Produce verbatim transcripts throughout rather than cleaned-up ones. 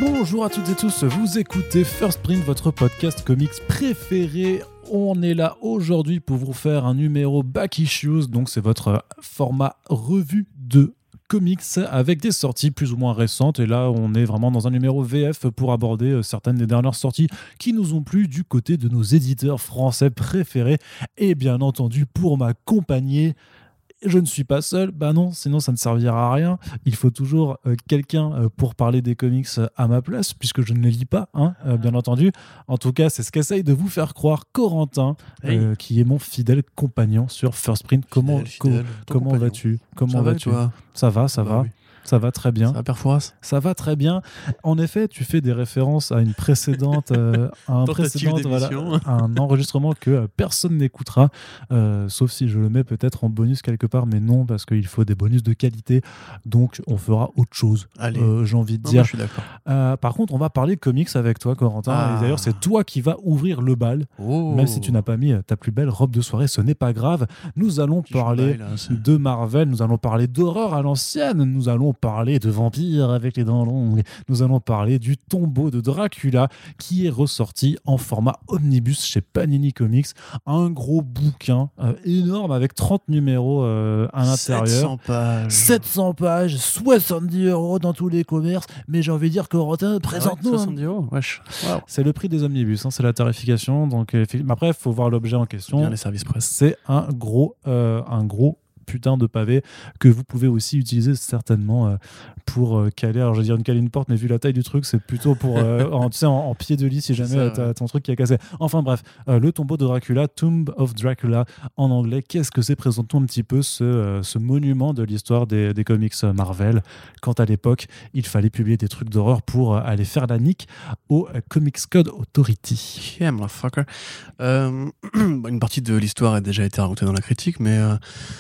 Bonjour à toutes et tous, vous écoutez First Print, votre podcast comics préféré. On est là aujourd'hui pour vous faire un numéro Back Issues, donc c'est votre format revue de comics avec des sorties plus ou moins récentes, et là on est vraiment dans un numéro V F pour aborder certaines des dernières sorties qui nous ont plu du côté de nos éditeurs français préférés. Et bien entendu, pour m'accompagner, je ne suis pas seul, bah non, sinon ça ne servira à rien. Il faut toujours euh, quelqu'un euh, pour parler des comics euh, à ma place, puisque je ne les lis pas, hein, euh, bien entendu. En tout cas, c'est ce qu'essaye de vous faire croire Corentin, euh, hey. qui est mon fidèle compagnon sur First Print. Comment, fidèle, fidèle, co- comment vas-tu Comment ça vas-tu va, Ça va, ça bah, va. Oui. Ça va très bien. Ça va, Père Fouras ? Ça va très bien. En effet, tu fais des références à une précédente, euh, à un précédente, voilà, à un enregistrement que euh, personne n'écoutera, euh, sauf si je le mets peut-être en bonus quelque part, mais non, parce qu'il faut des bonus de qualité. Donc, on fera autre chose. Allez. Euh, j'ai envie de non, dire. Moi, je suis d'accord. Euh, par contre, on va parler comics avec toi, Corentin. Ah. Et d'ailleurs, c'est toi qui vas ouvrir le bal. Oh. Même si tu n'as pas mis ta plus belle robe de soirée, ce n'est pas grave. Nous allons Qui parler bail, là, de Marvel, nous allons parler d'horreur à l'ancienne, nous allons parler de vampires avec les dents longues. Nous allons parler du tombeau de Dracula qui est ressorti en format omnibus chez Panini Comics. Un gros bouquin euh, énorme avec trente numéros euh, à l'intérieur. sept cents pages. sept cents pages, soixante-dix euros dans tous les commerces. Mais j'ai envie de dire, Corentin, présente-nous. Ah ouais, soixante-dix euros, wesh. Wow. C'est le prix des omnibus, hein, c'est la tarification. Donc, euh, après, il faut voir l'objet en question. Bien les services presse. C'est un gros, euh, un gros putain de pavé que vous pouvez aussi utiliser certainement euh, pour euh, caler, alors je vais dire une caler une porte, mais vu la taille du truc c'est plutôt pour euh, en, tu sais, en, en pied de lit si jamais ça, t'as ouais. ton truc qui a cassé. Enfin bref, euh, le tombeau de Dracula, Tomb of Dracula en anglais. Qu'est-ce que c'est? Présentons un petit peu ce, euh, ce monument de l'histoire des, des comics Marvel, quand à l'époque il fallait publier des trucs d'horreur pour euh, aller faire la nique au euh, Comics Code Authority. Yeah, motherfucker. Euh, une partie de l'histoire a déjà été racontée dans la critique, mais euh...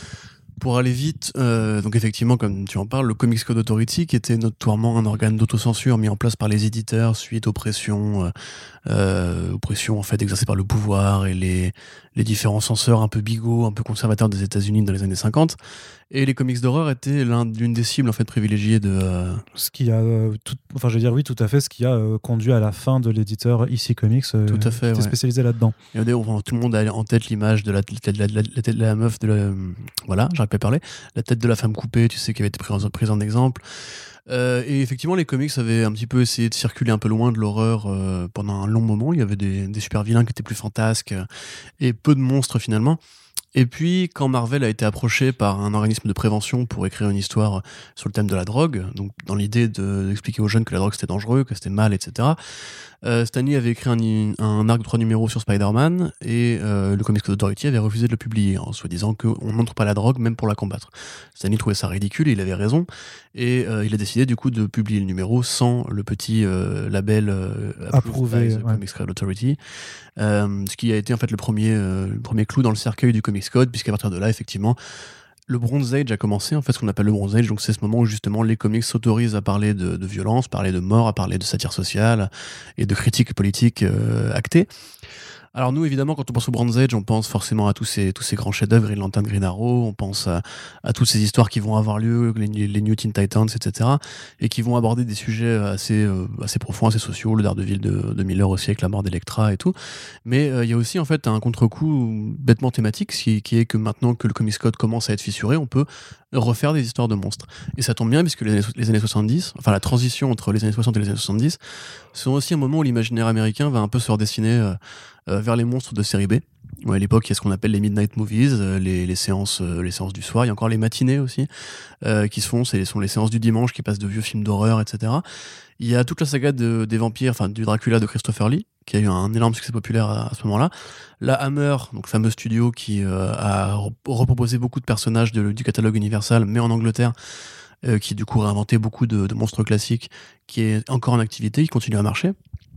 pour aller vite, euh, donc effectivement, comme tu en parles, le Comics Code Authority, qui était notoirement un organe d'autocensure mis en place par les éditeurs suite aux pressions, euh, euh, aux pressions en fait exercées par le pouvoir et les, les différents censeurs un peu bigots, un peu conservateurs des États-Unis dans les années cinquante. Et les comics d'horreur étaient l'un, l'une des cibles en fait privilégiées de. Euh... Ce qui a, euh, tout, enfin je veux dire oui, tout à fait, ce qui a euh, conduit à la fin de l'éditeur E C Comics, euh, tout à fait, qui était ouais. spécialisé là-dedans. Et on, tout le monde a en tête l'image de la, la, la, la, la tête de la meuf de la, voilà, j'arrive pas à parler, la tête de la femme coupée, tu sais, qui avait été prise en, prise en exemple. Euh, et effectivement, les comics avaient un petit peu essayé de circuler un peu loin de l'horreur euh, pendant un long moment. Il y avait des, des super vilains qui étaient plus fantasques euh, et peu de monstres finalement. Et puis, quand Marvel a été approché par un organisme de prévention pour écrire une histoire sur le thème de la drogue, donc dans l'idée de, d'expliquer aux jeunes que la drogue c'était dangereux, que c'était mal, et cetera, euh, Stan Lee avait écrit un, un arc de trois numéros sur Spider-Man et euh, le Comics Code Authority avait refusé de le publier en soi-disant qu'on n'entre pas la drogue même pour la combattre. Stan Lee trouvait ça ridicule et il avait raison, et euh, il a décidé du coup de publier le numéro sans le petit euh, label euh, approuvé by the ouais. Comics Code Authority, euh, ce qui a été en fait le premier, euh, le premier clou dans le cercueil du Comics Code, puisqu'à partir de là effectivement le Bronze Age a commencé, en fait, ce qu'on appelle le Bronze Age. Donc, c'est ce moment où, justement, les comics s'autorisent à parler de, de violence, parler de mort, à parler de satire sociale et de critiques politiques euh, actées. Alors nous, évidemment, quand on pense au Bronze Age, on pense forcément à tous ces, tous ces grands chefs-d'œuvre, Green Lantern, Green Arrow, on pense à, à toutes ces histoires qui vont avoir lieu, les, les New Teen Titans, et cetera, et qui vont aborder des sujets assez, euh, assez profonds, assez sociaux, le Daredevil de, de Miller aussi, avec la mort d'Electra et tout. Mais il euh, y a aussi, en fait, un contre-coup bêtement thématique, qui, qui est que maintenant que le Comics Code commence à être fissuré, on peut refaire des histoires de monstres. Et ça tombe bien, puisque les années, les années soixante-dix, enfin la transition entre les années soixante et les années soixante-dix, sont aussi un moment où l'imaginaire américain va un peu se redessiner euh, euh, vers les monstres de série B. Ouais, à l'époque, il y a ce qu'on appelle les midnight movies, euh, les, les, séances, euh, les séances du soir. Il y a encore les matinées aussi euh, qui se font. Ce sont les séances du dimanche qui passent de vieux films d'horreur, et cetera. Il y a toute la saga de, des vampires, enfin du Dracula de Christopher Lee, qui a eu un énorme succès populaire à, à ce moment-là. La Hammer, donc fameux studio qui euh, a reproposé beaucoup de personnages de, du catalogue Universal, mais en Angleterre, euh, qui du coup a inventé beaucoup de, de monstres classiques, qui est encore en activité, qui continue à marcher.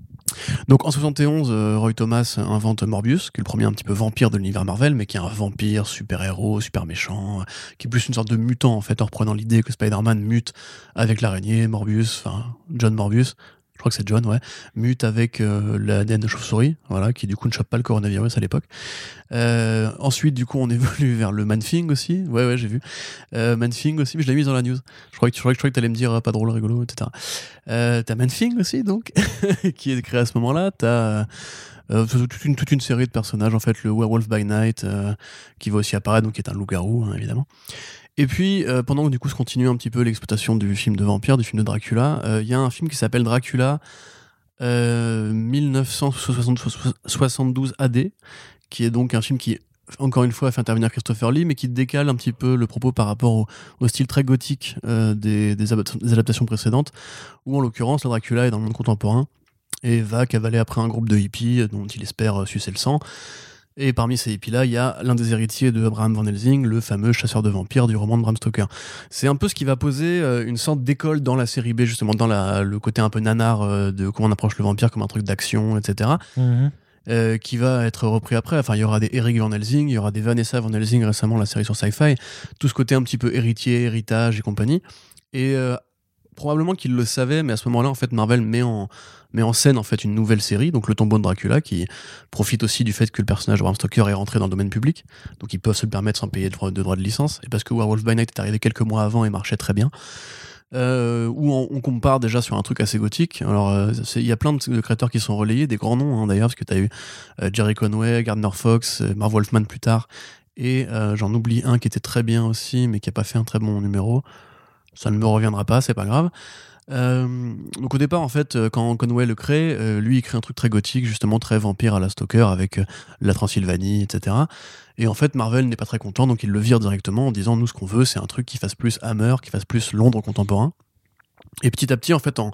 Donc en soixante et onze, euh, Roy Thomas invente Morbius, qui est le premier un petit peu vampire de l'univers Marvel, mais qui est un vampire super-héros, super méchant, euh, qui est plus une sorte de mutant en fait, en reprenant l'idée que Spider-Man mute avec l'araignée, Morbius, enfin John Morbius, je crois que c'est John, ouais, mute avec euh, l'A D N de chauve-souris, voilà, qui du coup ne chope pas le coronavirus à l'époque. Euh, ensuite, du coup, on évolue vers le Man-Thing aussi. Ouais, ouais, j'ai vu. Euh, Man-Thing aussi, mais je l'ai mis dans la news. Je crois que tu crois que, que t'allais me dire, ah, pas drôle, rigolo, et cetera. Euh, t'as Man-Thing aussi, donc, qui est créé à ce moment-là. T'as euh, toute, une, toute une série de personnages, en fait, le Werewolf by Night, euh, qui va aussi apparaître, donc qui est un loup-garou, hein, évidemment. Et puis, euh, pendant que du coup se continue un petit peu l'exploitation du film de vampire, du film de Dracula, il euh, y a un film qui s'appelle Dracula euh, dix-neuf cent soixante-douze A D, qui est donc un film qui, encore une fois, a fait intervenir Christopher Lee, mais qui décale un petit peu le propos par rapport au, au style très gothique euh, des, des, des adaptations précédentes, où en l'occurrence, le Dracula est dans le monde contemporain et va cavaler après un groupe de hippies dont il espère sucer le sang. Et parmi ces hippies-là, il y a l'un des héritiers de Abraham Van Helsing, le fameux chasseur de vampires du roman de Bram Stoker. C'est un peu ce qui va poser euh, une sorte d'école dans la série B, justement, dans la, le côté un peu nanar euh, de comment on approche le vampire comme un truc d'action, et cetera. Mm-hmm. Euh, qui va être repris après. Enfin, il y aura des Eric Van Helsing, il y aura des Vanessa Van Helsing récemment, la série sur Sci-Fi. Tout ce côté un petit peu héritier, héritage et compagnie. Et euh, probablement qu'ils le savaient, mais à ce moment-là, en fait, Marvel met en, met en scène en fait une nouvelle série, donc Le Tombeau de Dracula, qui profite aussi du fait que le personnage de Bram Stoker est rentré dans le domaine public, donc ils peuvent se le permettre sans payer de droits de, droit de licence, et parce que Werewolf by Night est arrivé quelques mois avant et marchait très bien. Euh, où on, on compare déjà sur un truc assez gothique. Alors, il y a plein de, de créateurs qui sont relayés, des grands noms hein, d'ailleurs, parce que tu as eu euh, Jerry Conway, Gardner Fox, euh, Marv Wolfman plus tard, et euh, j'en oublie un qui était très bien aussi, mais qui n'a pas fait un très bon numéro. Ça ne me reviendra pas, c'est pas grave. Euh, donc au départ, en fait, quand Conway le crée, euh, lui, il crée un truc très gothique, justement très vampire à la Stoker, avec euh, la Transylvanie, et cetera. Et en fait, Marvel n'est pas très content, donc il le vire directement en disant, nous, ce qu'on veut, c'est un truc qui fasse plus Hammer, qui fasse plus Londres contemporain. Et petit à petit, en fait, en,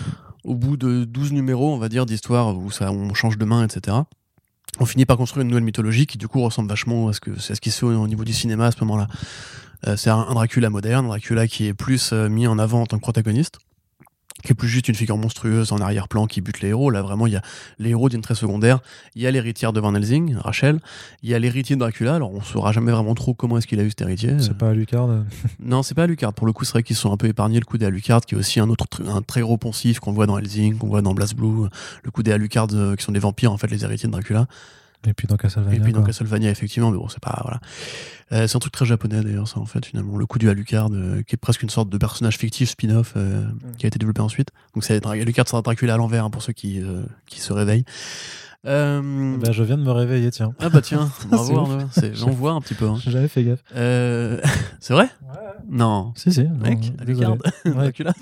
au bout de douze numéros, on va dire, d'histoire où ça, on change de main, et cetera, on finit par construire une nouvelle mythologie qui, du coup, ressemble vachement à ce, que, c'est à ce qui se fait au niveau du cinéma à ce moment-là. Euh, c'est un, un Dracula moderne, un Dracula qui est plus euh, mis en avant en tant que protagoniste, qui est plus juste une figure monstrueuse en arrière-plan qui bute les héros. Là, vraiment, il y a les héros d'une très secondaire. Il y a l'héritière de Van Helsing, Rachel. Il y a l'héritier de Dracula. Alors, on ne saura jamais vraiment trop comment est-ce qu'il a eu cet héritier. C'est pas Alucard euh... Non, c'est pas Alucard. Pour le coup, c'est vrai qu'ils sont un peu épargnés. Le coup des Alucard, qui est aussi un autre un très gros poncif qu'on voit dans Helsing, qu'on voit dans BlazBlue. Le coup des Alucard, euh, qui sont des vampires, en fait, les héritiers de Dracula. Et puis dans Castlevania. Et puis dans quoi. Castlevania, effectivement, mais bon, c'est pas. Voilà. Euh, c'est un truc très japonais d'ailleurs, ça, en fait, finalement. Le coup du Alucard, euh, qui est presque une sorte de personnage fictif spin-off euh, mm. qui a été développé ensuite. Donc, c'est Alucard, c'est un Dracula à l'envers, hein, pour ceux qui, euh, qui se réveillent. Euh... Bah, je viens de me réveiller, tiens. Ah, bah, tiens, bravo, Arnaud. On voit un petit peu. Hein. J'avais fait gaffe. Euh... c'est vrai? Ouais. Non. Si, si. Mec, Alucard. Dracula.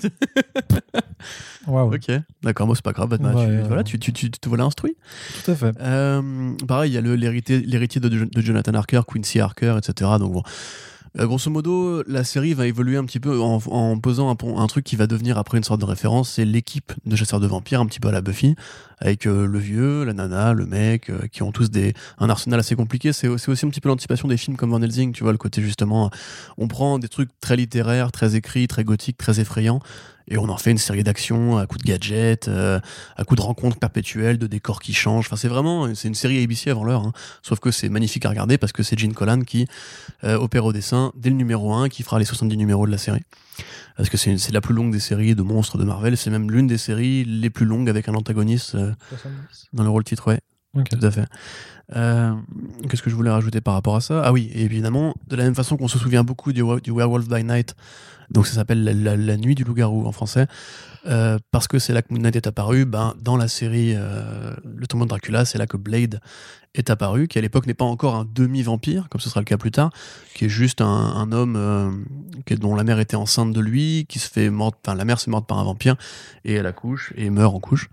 Wow. Ok, d'accord, moi c'est pas grave. Bah, ouais, tu, euh... voilà, tu, tu, tu te voilà instruit. Tout à fait. Euh, pareil, il y a le, l'héritier, l'héritier de, de Jonathan Harker, Quincy Harker, et cetera. Donc bon. Euh, grosso modo, la série va évoluer un petit peu en, en posant un, un truc qui va devenir après une sorte de référence. C'est l'équipe de chasseurs de vampires, un petit peu à la Buffy, avec euh, le vieux, la nana, le mec, euh, qui ont tous des, un arsenal assez compliqué. C'est, c'est aussi un petit peu l'anticipation des films comme Van Helsing, tu vois, le côté justement, on prend des trucs très littéraires, très écrits, très gothiques, très effrayants, et on en fait une série d'actions à coups de gadgets, euh, à coups de rencontres perpétuelles, de décors qui changent. Enfin, c'est vraiment, c'est une série A B C avant l'heure, hein. Sauf que c'est magnifique à regarder parce que c'est Gene Colan qui euh, opère au dessin dès le numéro un, qui fera les soixante-dix numéros de la série. Parce que c'est, c'est la plus longue des séries de monstres de Marvel, c'est même l'une des séries les plus longues avec un antagoniste euh, dans le rôle titre, ouais. Okay. Tout à fait. Euh, qu'est-ce que je voulais rajouter par rapport à ça? Ah oui, et évidemment, de la même façon qu'on se souvient beaucoup du, du Werewolf by Night, donc ça s'appelle la, la, la nuit du loup-garou en français, euh, parce que c'est là que Moon Knight est apparu, ben, dans la série euh, Le Tombeau de Dracula, c'est là que Blade est apparu, qui à l'époque n'est pas encore un demi-vampire, comme ce sera le cas plus tard, qui est juste un, un homme euh, qui est, dont la mère était enceinte de lui, qui se fait morte, enfin la mère se morte par un vampire, et elle accouche, et meurt en couche.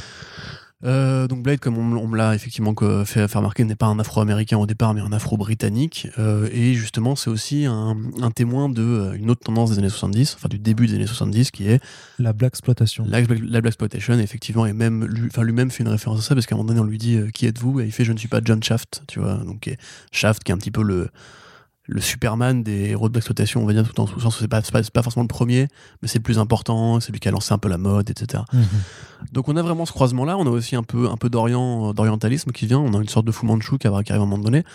Euh, donc Blade, comme on, on me l'a effectivement fait, fait remarquer, n'est pas un afro-américain au départ, mais un afro-britannique. Euh, et justement, c'est aussi un, un témoin de euh, une autre tendance des années soixante-dix, enfin du début des années soixante-dix, qui est la blaxploitation. La, la blaxploitation, effectivement, et même lui, enfin lui-même fait une référence à ça, parce qu'à un moment donné, on lui dit euh, qui êtes-vous, et il fait je ne suis pas John Shaft, tu vois. Donc Shaft, qui est un petit peu le le Superman des héros de blaxploitation, on va dire, tout en sens où c'est pas, c'est pas, c'est pas forcément le premier, mais c'est le plus important, c'est lui qui a lancé un peu la mode, et cetera. Mm-hmm. Donc on a vraiment ce croisement-là, on a aussi un peu, un peu d'orient, d'orientalisme qui vient, on a une sorte de Fu Manchu qui arrive à un moment donné,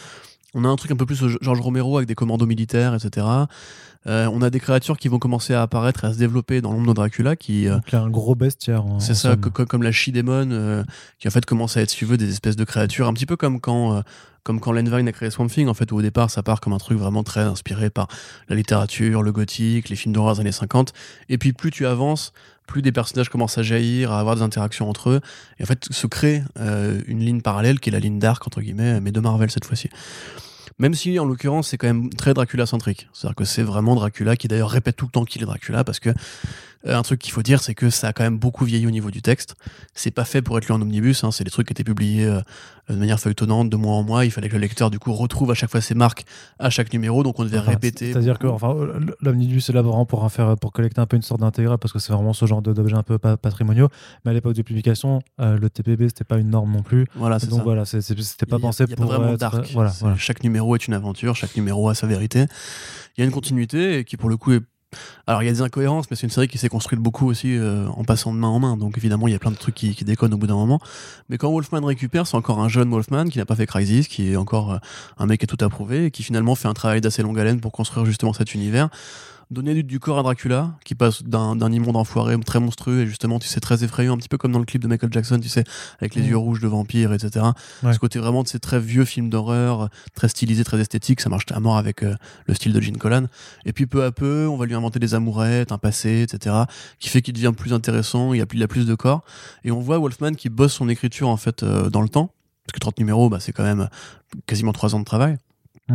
On a un truc un peu plus George Romero avec des commandos militaires, et cetera. Euh, on a des créatures qui vont commencer à apparaître et à se développer dans l'ombre de Dracula. Qui, euh, Donc il y a un gros bestiaire. En, c'est en ça, somme. co- comme la She-Demon, euh, qui en fait commence à être, si tu veux, des espèces de créatures, un petit peu comme quand, euh, comme quand Len Wein a créé Swamp Thing, en fait, où au départ ça part comme un truc vraiment très inspiré par la littérature, le gothique, les films d'horreur des années cinquante. Et puis plus tu avances, plus des personnages commencent à jaillir, à avoir des interactions entre eux. Et en fait, se crée euh, une ligne parallèle qui est la ligne Dark, entre guillemets, mais de Marvel cette fois-ci. Même si, en l'occurrence, c'est quand même très Dracula-centrique. C'est-à-dire que c'est vraiment Dracula qui, d'ailleurs, répète tout le temps qu'il est Dracula, parce que euh, un truc qu'il faut dire, c'est que ça a quand même beaucoup vieilli au niveau du texte. C'est pas fait pour être lu en omnibus, hein, c'est des trucs qui étaient publiés euh, de manière feuilletonnante, de mois en mois. Il fallait que le lecteur, du coup, retrouve à chaque fois ses marques à chaque numéro, donc on devait Enfin, répéter. C'est-à-dire que beaucoup. enfin, l'omnibus est là vraiment pour, en faire, pour collecter un peu une sorte d'intégral, parce que c'est vraiment ce genre de- d'objets un peu pa- patrimoniaux. Mais à l'époque de publication, euh, le T P B, c'était pas une norme non plus. Voilà, Et c'est donc ça. voilà, c'est- c'est- c'était pas Il y a- pensé il y a pour pas vraiment être... dark. Voilà, C'est- voilà. Chaque numéro est une aventure, chaque numéro a sa vérité. Il y a une continuité et qui, pour le coup, est... Alors, il y a des incohérences, mais c'est une série qui s'est construite beaucoup aussi euh, en passant de main en main. Donc, évidemment, il y a plein de trucs qui, qui déconnent au bout d'un moment. Mais quand Wolfman récupère, c'est encore un jeune Wolfman qui n'a pas fait Crisis, qui est encore euh, un mec qui est tout approuvé et qui finalement fait un travail d'assez longue haleine pour construire justement cet univers. Donner du, du corps à Dracula, qui passe d'un, d'un immonde enfoiré très monstrueux et justement, tu sais, très effrayant, un petit peu comme dans le clip de Michael Jackson, tu sais, avec les Mmh. yeux rouges de vampire, et cetera. Ouais. Ce côté vraiment de ces très vieux films d'horreur, très stylisés, très esthétiques, ça marche à mort avec euh, le style de Gene Colan. Et puis peu à peu, on va lui inventer des amourettes, un passé, et cetera, qui fait qu'il devient plus intéressant, il a, il a plus de corps. Et on voit Wolfman qui bosse son écriture en fait euh, dans le temps, parce que trente numéros, bah, c'est quand même quasiment trois ans de travail. Mmh.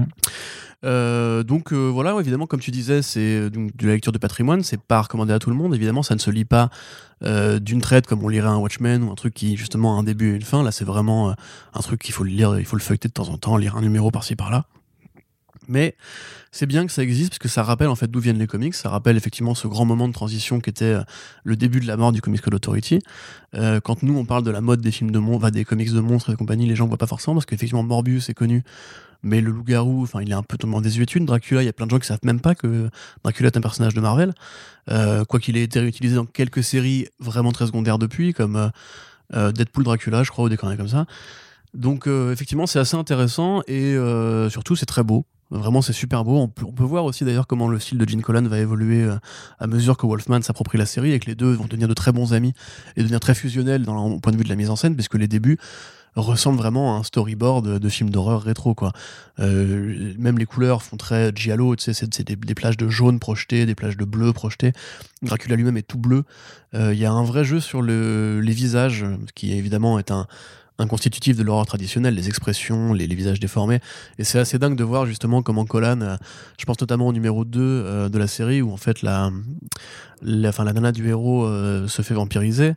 Euh, donc euh, voilà, évidemment, comme tu disais, c'est donc, de la lecture de patrimoine, c'est pas recommandé à tout le monde. Évidemment, ça ne se lit pas euh, d'une traite comme on lirait un Watchmen ou un truc qui justement a un début et une fin. Là, c'est vraiment euh, un truc qu'il faut le lire, il faut le feuilleter de temps en temps, lire un numéro par-ci par-là. Mais c'est bien que ça existe parce que ça rappelle en fait d'où viennent les comics, ça rappelle effectivement ce grand moment de transition qui était euh, le début de la mort du Comics Code Authority. Euh, quand nous on parle de la mode des films de monstres, bah, des comics de monstres et compagnie, les gens voient pas forcément parce qu'effectivement Morbius est connu, mais le loup-garou, enfin il est un peu tombé en désuétude. Dracula, il y a plein de gens qui savent même pas que Dracula est un personnage de Marvel, euh, quoi qu'il ait été réutilisé dans quelques séries vraiment très secondaires depuis, comme euh, euh, Deadpool Dracula, je crois, ou des conneries comme ça. Donc euh, effectivement c'est assez intéressant et euh, surtout c'est très beau. Vraiment c'est super beau. On peut, on peut voir aussi d'ailleurs comment le style de Gene Colan va évoluer euh, à mesure que Wolfman s'approprie la série et que les deux vont devenir de très bons amis et devenir très fusionnels dans le point de vue de la mise en scène, puisque les débuts ressemblent vraiment à un storyboard de, de film d'horreur rétro, quoi. Euh, même les couleurs font très giallo, tu sais, c'est, c'est des, des plages de jaune projetées, des plages de bleu projetées. Dracula lui-même est tout bleu. Il euh, y a un vrai jeu sur le, les visages, qui évidemment est un un constitutif de l'horreur traditionnelle, les expressions, les, les visages déformés. Et c'est assez dingue de voir justement comment Colan, euh, je pense notamment au numéro deux euh, de la série, où en fait la, la, enfin, la nana du héros euh, se fait vampiriser.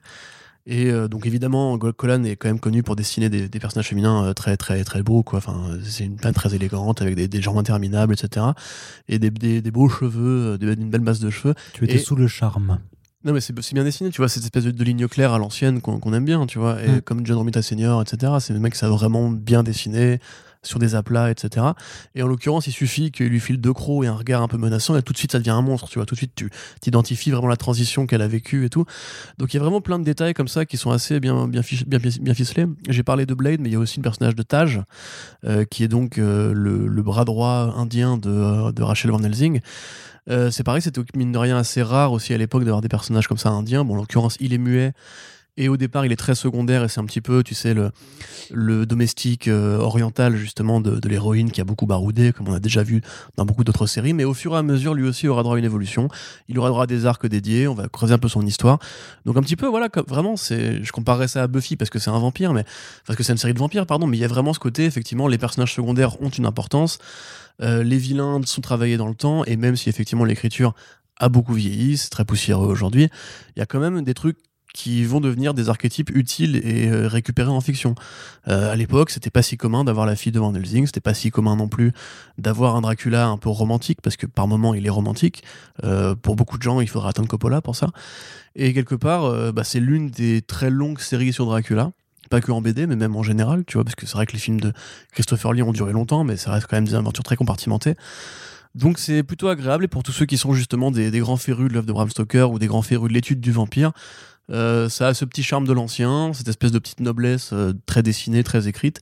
Et euh, donc évidemment, Colan est quand même connu pour dessiner des, des personnages féminins euh, très très très beaux, quoi. Enfin, c'est une teinte très élégante avec des, des jambes interminables, et cetera. Et des, des, des beaux cheveux, des, une belle masse de cheveux. Tu étais et... sous le charme. Non mais c'est, c'est bien dessiné, tu vois, cette espèce de, de ligne claire à l'ancienne qu'on, qu'on aime bien, tu vois, et Mm. comme John Romita Senior, et cetera. C'est des mecs qui savent vraiment bien dessiner, sur des aplats, et cetera. Et en l'occurrence, il suffit qu'il lui file deux crocs et un regard un peu menaçant, et tout de suite ça devient un monstre, tu vois, tout de suite tu t'identifies vraiment la transition qu'elle a vécue et tout. Donc il y a vraiment plein de détails comme ça qui sont assez bien, bien, fiche, bien, bien ficelés. J'ai parlé de Blade, mais il y a aussi le personnage de Taj, euh, qui est donc euh, le, le bras droit indien de, de Rachel Van Helsing. Euh, c'est pareil, c'était mine de rien assez rare aussi à l'époque d'avoir des personnages comme ça indiens. Bon, en l'occurrence, il est muet et au départ, il est très secondaire et c'est un petit peu, tu sais, le, le domestique euh, oriental justement de, de l'héroïne qui a beaucoup baroudé, comme on a déjà vu dans beaucoup d'autres séries. Mais au fur et à mesure, lui aussi aura droit à une évolution. Il aura droit à des arcs dédiés. On va creuser un peu son histoire. Donc un petit peu, voilà, comme, vraiment, c'est, je comparerais ça à Buffy parce que c'est un vampire, mais parce que c'est une série de vampires, pardon. Mais il y a vraiment ce côté, effectivement, les personnages secondaires ont une importance. Euh, les vilains sont travaillés dans le temps, et même si effectivement l'écriture a beaucoup vieilli, c'est très poussiéreux aujourd'hui, il y a quand même des trucs qui vont devenir des archétypes utiles et euh, récupérés en fiction. Euh, à l'époque, c'était pas si commun d'avoir la fille de Van Helsing, c'était pas si commun non plus d'avoir un Dracula un peu romantique, parce que par moments il est romantique. Euh, pour beaucoup de gens, il faudra attendre Coppola pour ça. Et quelque part, euh, bah, c'est l'une des très longues séries sur Dracula. Pas que en B D, mais même en général, tu vois, parce que c'est vrai que les films de Christopher Lee ont duré longtemps, mais ça reste quand même des aventures très compartimentées. Donc c'est plutôt agréable, et pour tous ceux qui sont justement des, des grands férus de l'œuvre de Bram Stoker ou des grands férus de l'étude du vampire, euh, ça a ce petit charme de l'ancien, cette espèce de petite noblesse euh, très dessinée, très écrite,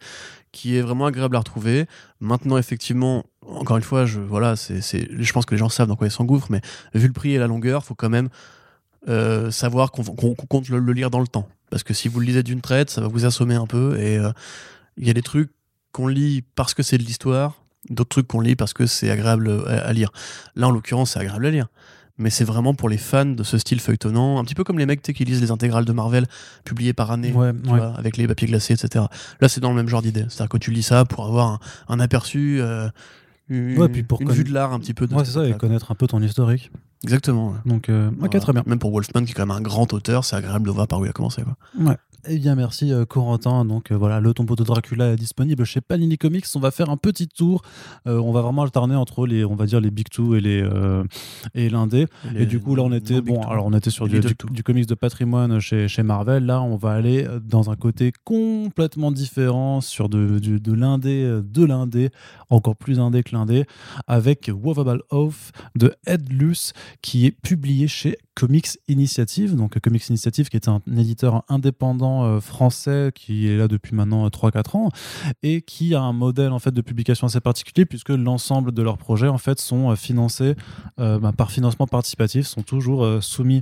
qui est vraiment agréable à retrouver. Maintenant, effectivement, encore une fois, je, voilà, c'est, c'est, je pense que les gens savent dans quoi ils s'engouffrent, mais vu le prix et la longueur, il faut quand même euh, savoir qu'on, qu'on, qu'on compte le, le lire dans le temps. Parce que si vous le lisez d'une traite, ça va vous assommer un peu. Et il euh, y a des trucs qu'on lit parce que c'est de l'histoire, d'autres trucs qu'on lit parce que c'est agréable à, à lire. Là, en l'occurrence, c'est agréable à lire. Mais c'est vraiment pour les fans de ce style feuilletonnant, un petit peu comme les mecs qui lisent les intégrales de Marvel publiées par année, Ouais, tu ouais. vois, avec les papiers glacés, et cetera. Là, c'est dans le même genre d'idée. C'est-à-dire que tu lis ça pour avoir un, un aperçu, euh, une, Ouais, puis pour une conna- vue de l'art un petit peu. De Ouais, cette c'est ça, et époque-là, quoi. connaître un peu ton historique. Exactement. Ouais. Donc, euh, ok, Voilà. très bien. Même pour Wolfman, qui est quand même un grand auteur, c'est agréable de voir par où il a commencé, quoi. Ouais. Eh bien, merci euh, Corentin. Donc euh, voilà, le tombeau de Dracula est disponible chez Panini Comics. On va faire un petit tour. Euh, on va vraiment alterner entre les, on va dire les big two et les euh, et l'indé. Les Et du coup là, on était non-big bon. two. Alors on était sur Les du, little du, two. du comics de patrimoine chez chez Marvel. Là, on va aller dans un côté complètement différent sur de du, de l'indé, de l'indé, encore plus indé que l'indé, avec Wovable Oath de Ed Luce, qui est publié chez Comics Initiative. Donc Comics Initiative, qui est un éditeur indépendant euh, français qui est là depuis maintenant trois quatre ans et qui a un modèle en fait de publication assez particulier, puisque l'ensemble de leurs projets en fait sont euh, financés euh, bah, par financement participatif, sont toujours euh, soumis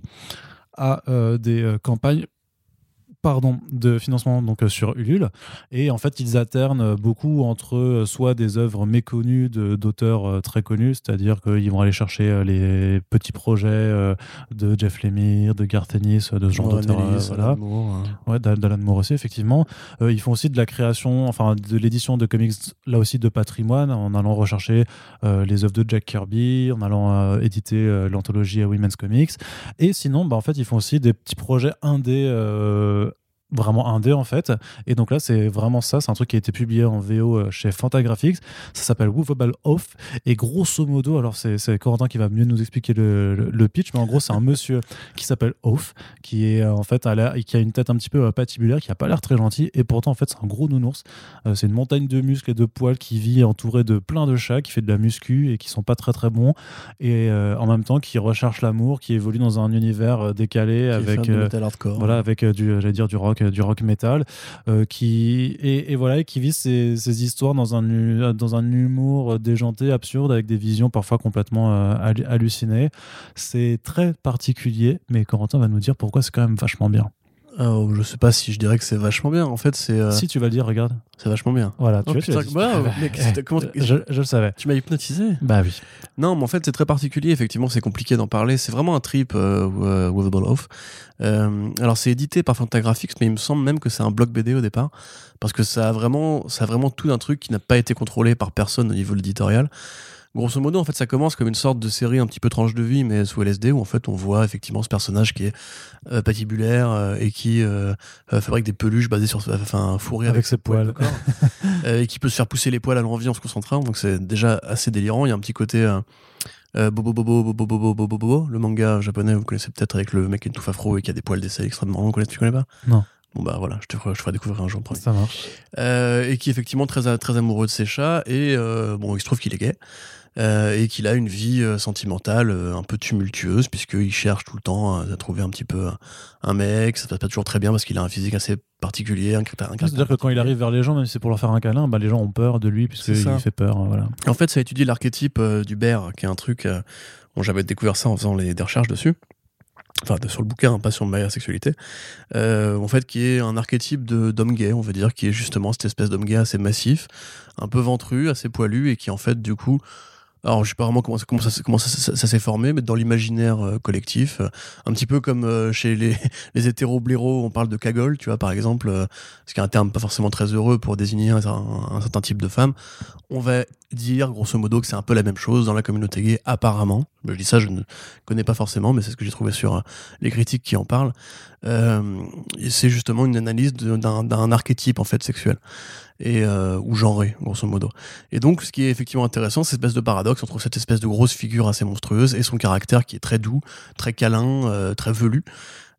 à euh, des euh, campagnes pardon, de financement donc euh, sur Ulule, et en fait ils alternent beaucoup entre euh, soit des œuvres méconnues de, d'auteurs euh, très connus, c'est-à-dire qu'ils vont aller chercher euh, les petits projets euh, de Jeff Lemire, de Garth Ennis, de ce genre Ouais, d'auteurs, Annelise, euh, voilà. Alan Moore, hein. Ouais, d'Al- d'Alan Moore aussi, effectivement. Euh, ils font aussi de la création, enfin de l'édition de comics, là aussi de patrimoine, en allant rechercher euh, les œuvres de Jack Kirby, en allant euh, éditer euh, l'anthologie Women's Comics. Et sinon, bah, en fait, ils font aussi des petits projets indés, euh, vraiment indé en fait, et donc là c'est vraiment ça, c'est un truc qui a été publié en V O euh, chez Fantagraphics, ça s'appelle Wovable Oath, et grosso modo, alors c'est, c'est Corentin qui va mieux nous expliquer le, le, le pitch, mais en gros c'est un monsieur qui s'appelle Oath, qui est euh, en fait à l'air, qui a une tête un petit peu euh, patibulaire, qui a pas l'air très gentil, et pourtant en fait c'est un gros nounours. Euh, c'est une montagne de muscles et de poils qui vit entouré de plein de chats, qui fait de la muscu et qui sont pas très très bons, et euh, en même temps qui recherche l'amour, qui évolue dans un univers euh, décalé, Qui est avec fan de euh, metal hardcore. voilà, avec euh, du, j'allais dire du rock, euh, du rock metal, euh, qui et, et voilà, et qui vit ces, ces histoires dans un hu- dans un humour déjanté, absurde, avec des visions parfois complètement euh, hallu- hallucinées. C'est très particulier, mais Corentin va nous dire pourquoi c'est quand même vachement bien. Euh, je sais pas si je dirais que c'est vachement bien. En fait, c'est, euh, Si tu vas le dire, regarde. c'est vachement bien. Voilà, tu Oh, vois, tu putain, l'as dit. bah, Eh, mec, eh, c'était- comment- je, je le savais. Tu m'as hypnotisé. Bah oui. Non, mais en fait, c'est très particulier. Effectivement, c'est compliqué d'en parler. C'est vraiment un trip, euh, euh, Wovable Oath. Euh, alors, c'est édité par Fantagraphics, mais il me semble même que c'est un bloc B D au départ, parce que ça a vraiment, ça a vraiment tout un truc qui n'a pas été contrôlé par personne au niveau de l'éditorial. Grosso modo, en fait, ça commence comme une sorte de série un petit peu tranche de vie, mais sous L S D, où en fait, on voit effectivement ce personnage qui est euh, patibulaire euh, et qui euh, euh, fabrique des peluches basées sur, enfin, fourré avec, Avec ses poils. de corps, euh, et qui peut se faire pousser les poils à l'envie en se concentrant. Donc, c'est déjà assez délirant. Il y a un petit côté euh, euh, bobo bobo bobo bobo bobo bobo, le manga japonais, vous connaissez peut-être, avec le mec qui est tout afro et qui a des poils d'essai extrêmement longs. Tu connais pas? Non. Bon bah voilà, je te ferai, je ferai découvrir un jour. Promis. Ça marche. Euh, et qui est effectivement très, très amoureux de ses chats, et euh, bon, il se trouve qu'il est gay. Euh, et qu'il a une vie euh, sentimentale euh, un peu tumultueuse, puisqu'il cherche tout le temps euh, à trouver un petit peu un, un mec. Ça se passe pas toujours très bien parce qu'il a un physique assez particulier, un caractère, un C'est-à-dire que quand il arrive vers les gens, même si c'est pour leur faire un câlin, bah, les gens ont peur de lui C'est puisqu'il ça. fait peur. hein, Voilà. En fait, ça étudie l'archétype euh, du bear, qui est un truc. Euh, bon, j'avais découvert ça en faisant les, des recherches dessus. Enfin, de- sur le bouquin, hein, pas sur ma sexualité. Euh, en fait, qui est un archétype de, d'homme gay, on va dire, qui est justement cette espèce d'homme gay assez massif, un peu ventru, assez poilu, et qui en fait, du coup. Alors, je sais pas vraiment comment ça, comment ça, comment ça, ça- ça s'est formé, mais dans l'imaginaire euh, collectif, euh, un petit peu comme euh, chez les, les hétéros blaireaux, on parle de cagole, tu vois, par exemple, euh, ce qui est un terme pas forcément très heureux pour désigner un, un- un certain type de femme. On va dire, grosso modo, que c'est un peu la même chose dans la communauté gay, apparemment. Je dis ça, je ne connais pas forcément, mais c'est ce que j'ai trouvé sur euh, les critiques qui en parlent. Euh, et c'est justement une analyse de- d'un, d'un archétype, en fait, sexuel. Et, euh, ou genré, grosso modo. Et donc, ce qui est effectivement intéressant, c'est cette espèce de paradoxe entre cette espèce de grosse figure assez monstrueuse et son caractère qui est très doux, très câlin, euh, très velu.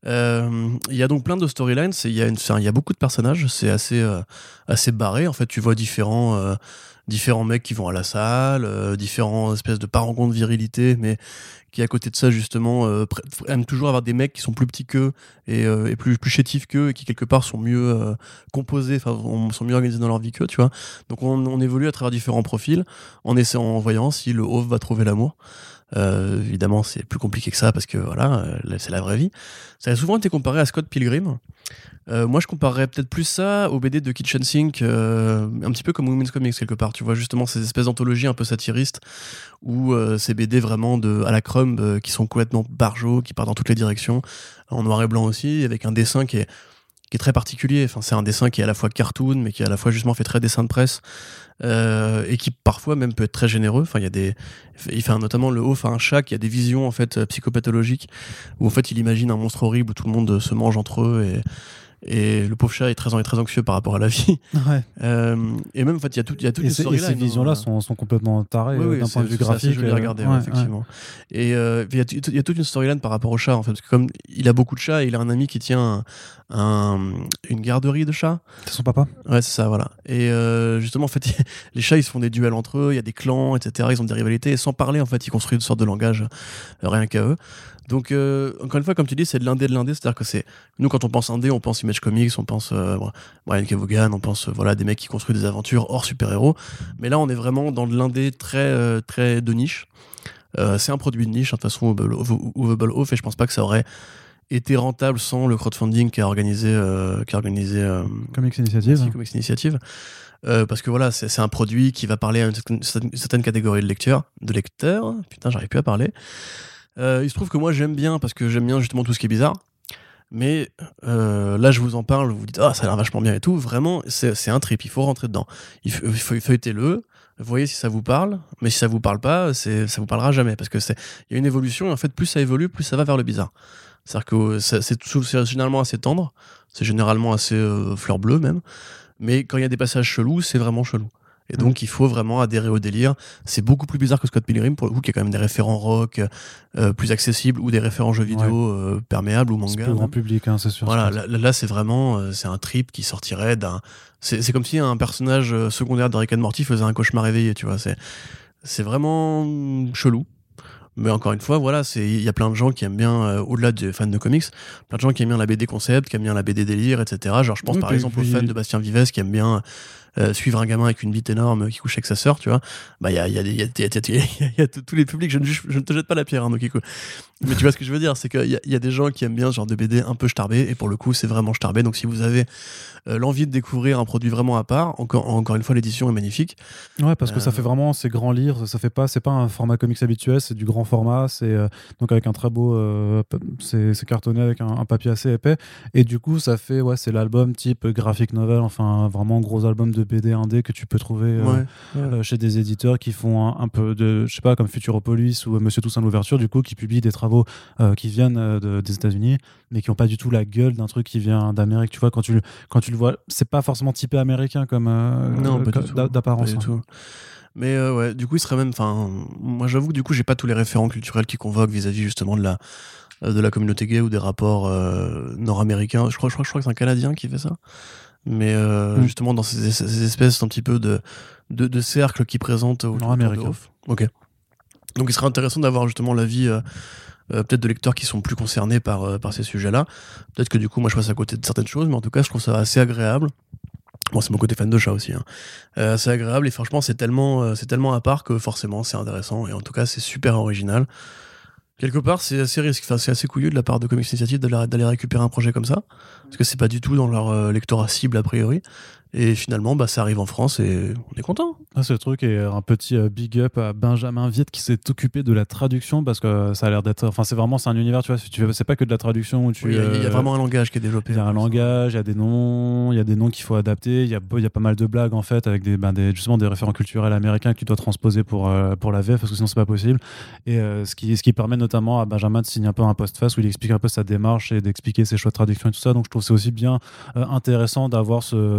Euh, Il y a donc plein de storylines, il y, a une, enfin, il y a beaucoup de personnages, c'est assez, euh, assez barré. En fait, tu vois différents, euh, différents mecs qui vont à la salle, euh, différents espèces de parangons de virilité, mais qui à côté de ça justement euh, pr- aiment toujours avoir des mecs qui sont plus petits qu'eux et, euh, et plus, plus chétifs qu'eux et qui quelque part sont mieux euh, composés, enfin sont mieux organisés dans leur vie qu'eux, tu vois. Donc on, on évolue à travers différents profils en essayant, en voyant si le oaf va trouver l'amour. Euh, évidemment, c'est plus compliqué que ça parce que voilà, euh, c'est la vraie vie. Ça a souvent été comparé à Scott Pilgrim. Euh, moi, je comparerais peut-être plus ça au B D de Kitchen Sink, euh, un petit peu comme Women's Comics quelque part. Tu vois, justement, ces espèces d'anthologies un peu satiristes où euh, ces B D vraiment de, à la Crumb euh, qui sont complètement barjots, qui partent dans toutes les directions, en noir et blanc aussi, avec un dessin qui est, qui est très particulier. Enfin, c'est un dessin qui est à la fois cartoon, mais qui est à la fois justement fait très dessin de presse. Euh, et qui parfois même peut être très généreux. Enfin, il y a des, il fait un, notamment le oaf a un chat qui a des visions en fait psychopathologiques où en fait il imagine un monstre horrible où tout le monde se mange entre eux et et le pauvre chat est très, est très anxieux par rapport à la vie. Ouais. Euh, et même en fait il y a tout, il y a toute et, une ces, storyline. Et ces visions-là hein. sont, sont complètement tarées oui, oui, d'un point de vue graphique. Je l'ai regardé ouais, ouais, effectivement. Ouais. Et euh, il y, a, il y a toute une storyline par rapport au chat en fait, parce que comme il a beaucoup de chats, il a un ami qui tient un, un, une garderie de chats. C'est son papa. Ouais, c'est ça, voilà. Et euh, justement en fait, les chats ils se font des duels entre eux, il y a des clans, et cetera. Ils ont des rivalités et sans parler en fait, ils construisent une sorte de langage euh, rien qu'à eux. Donc, euh, encore une fois, comme tu dis, c'est de l'indé de l'indé, c'est-à-dire que c'est. Nous, quand on pense indé, on pense Image Comics, on pense euh, Brian K. Vaughan, on pense euh, voilà, des mecs qui construisent des aventures hors super-héros. Mais là, on est vraiment dans de l'indé très, euh, très de niche. Euh, c'est un produit de niche, hein, de toute façon, Movable Oath, et je pense pas que ça aurait été rentable sans le crowdfunding qu'a organisé. Euh, qu'a organisé euh, Comics Initiative. Merci, Comics Initiative. Euh, parce que voilà, c'est, c'est un produit qui va parler à une certaine, une certaine catégorie de lecteurs. De lecteurs, putain, j'arrive plus à parler. Euh, il se trouve que moi j'aime bien parce que j'aime bien justement tout ce qui est bizarre. Mais euh, là je vous en parle, vous vous dites ah ça a l'air vachement bien et tout. Vraiment c'est, c'est un trip, il faut rentrer dedans. Il faut, il faut feuilleter-le, voyez si ça vous parle. Mais si ça vous parle pas, c'est, ça vous parlera jamais parce que c'est il y a une évolution et en fait plus ça évolue, plus ça va vers le bizarre. C'est-à-dire que c'est, c'est, c'est généralement assez tendre, c'est généralement assez euh, fleur bleue même. Mais quand il y a des passages chelous, c'est vraiment chelou. Et donc, mmh. il faut vraiment adhérer au délire. C'est beaucoup plus bizarre que Scott Pilgrim, pour le coup, qui a quand même des référents rock euh, plus accessibles ou des référents jeux vidéo ouais. euh, perméables ou manga. C'est plus grand public, hein, c'est sûr. Voilà, là, là, c'est vraiment euh, c'est un trip qui sortirait d'un. C'est, c'est comme si un personnage secondaire de Rick and Morty faisait un cauchemar réveillé, tu vois. C'est, c'est vraiment chelou. Mais encore une fois, voilà, il y a plein de gens qui aiment bien, euh, au-delà des fans de comics, plein de gens qui aiment bien la B D concept, qui aiment bien la B D délire, et cetera. Genre, je pense oui, par exemple puis... aux fans de Bastien Vives qui aiment bien euh, suivre un gamin avec une bite énorme qui couche avec sa sœur, tu vois. Bah, il y a, y a, y a, y a, y a, y a tous les publics, je ne, je ne te jette pas la pierre, hein, donc écoute. Mais tu vois ce que je veux dire, c'est qu'il y a, y a des gens qui aiment bien ce genre de B D un peu starbé, et pour le coup, c'est vraiment starbé. Donc, si vous avez euh, l'envie de découvrir un produit vraiment à part, encore, encore une fois, l'édition est magnifique. Ouais, parce que euh... ça fait vraiment ces grands livres, ça fait pas, c'est pas un format comics habituel, c'est du grand format, c'est euh, donc avec un très beau, euh, c'est, c'est cartonné avec un, un papier assez épais, et du coup, ça fait, ouais, c'est l'album type graphic novel, enfin, vraiment gros album de B D indé que tu peux trouver euh, ouais, ouais. Euh, chez des éditeurs qui font un, un peu de, je sais pas, comme Futuropolis ou Monsieur Toussaint l'ouverture, du coup, qui publient des travaux euh, qui viennent euh, de, des États-Unis, mais qui ont pas du tout la gueule d'un truc qui vient d'Amérique. Tu vois, quand tu, quand tu le vois, c'est pas forcément typé américain comme euh, non, pas comme, du tout. d'apparence. Pas du tout. Mais euh, ouais, du coup, il serait même. Enfin, moi, j'avoue que du coup, j'ai pas tous les référents culturels qui convoquent vis-à-vis justement de la de la communauté gay ou des rapports euh, nord-américains. Je crois, je crois, je crois que c'est un Canadien qui fait ça. Mais euh, mmh. justement, dans ces, ces espèces un petit peu de de, de cercles qui présentent au nord-américain. Ok. Donc, il serait intéressant d'avoir justement l'avis. Euh, Euh, peut-être de lecteurs qui sont plus concernés par, euh, par ces sujets-là. Peut-être que du coup, moi, je passe à côté de certaines choses, mais en tout cas, je trouve ça assez agréable. Bon, c'est mon côté fan de chat aussi. Hein. Euh, assez agréable, et franchement, c'est tellement, euh, c'est tellement à part que forcément, c'est intéressant, et en tout cas, c'est super original. Quelque part, c'est assez risque, enfin, c'est assez couillu de la part de Comics Initiative d'aller, d'aller récupérer un projet comme ça, parce que c'est pas du tout dans leur euh, lectorat cible, a priori. Et finalement, bah, ça arrive en France et on est content. Ah, ce truc est un petit euh, big up à Benjamin Viette qui s'est occupé de la traduction parce que ça a l'air d'être. Enfin, c'est vraiment c'est un univers, tu vois. Tu, c'est pas que de la traduction où tu. Il oui, euh, y, y a vraiment un langage qui est développé. Il y a un langage, il y a des noms, il y a des noms qu'il faut adapter. Il y a, il y a pas mal de blagues en fait avec des, ben, des justement des référents culturels américains que tu dois transposer pour euh, pour la V F parce que sinon c'est pas possible. Et euh, ce qui ce qui permet notamment à Benjamin de signer un peu un postface où il explique un peu sa démarche et d'expliquer ses choix de traduction et tout ça. Donc je trouve que c'est aussi bien euh, intéressant d'avoir ce cette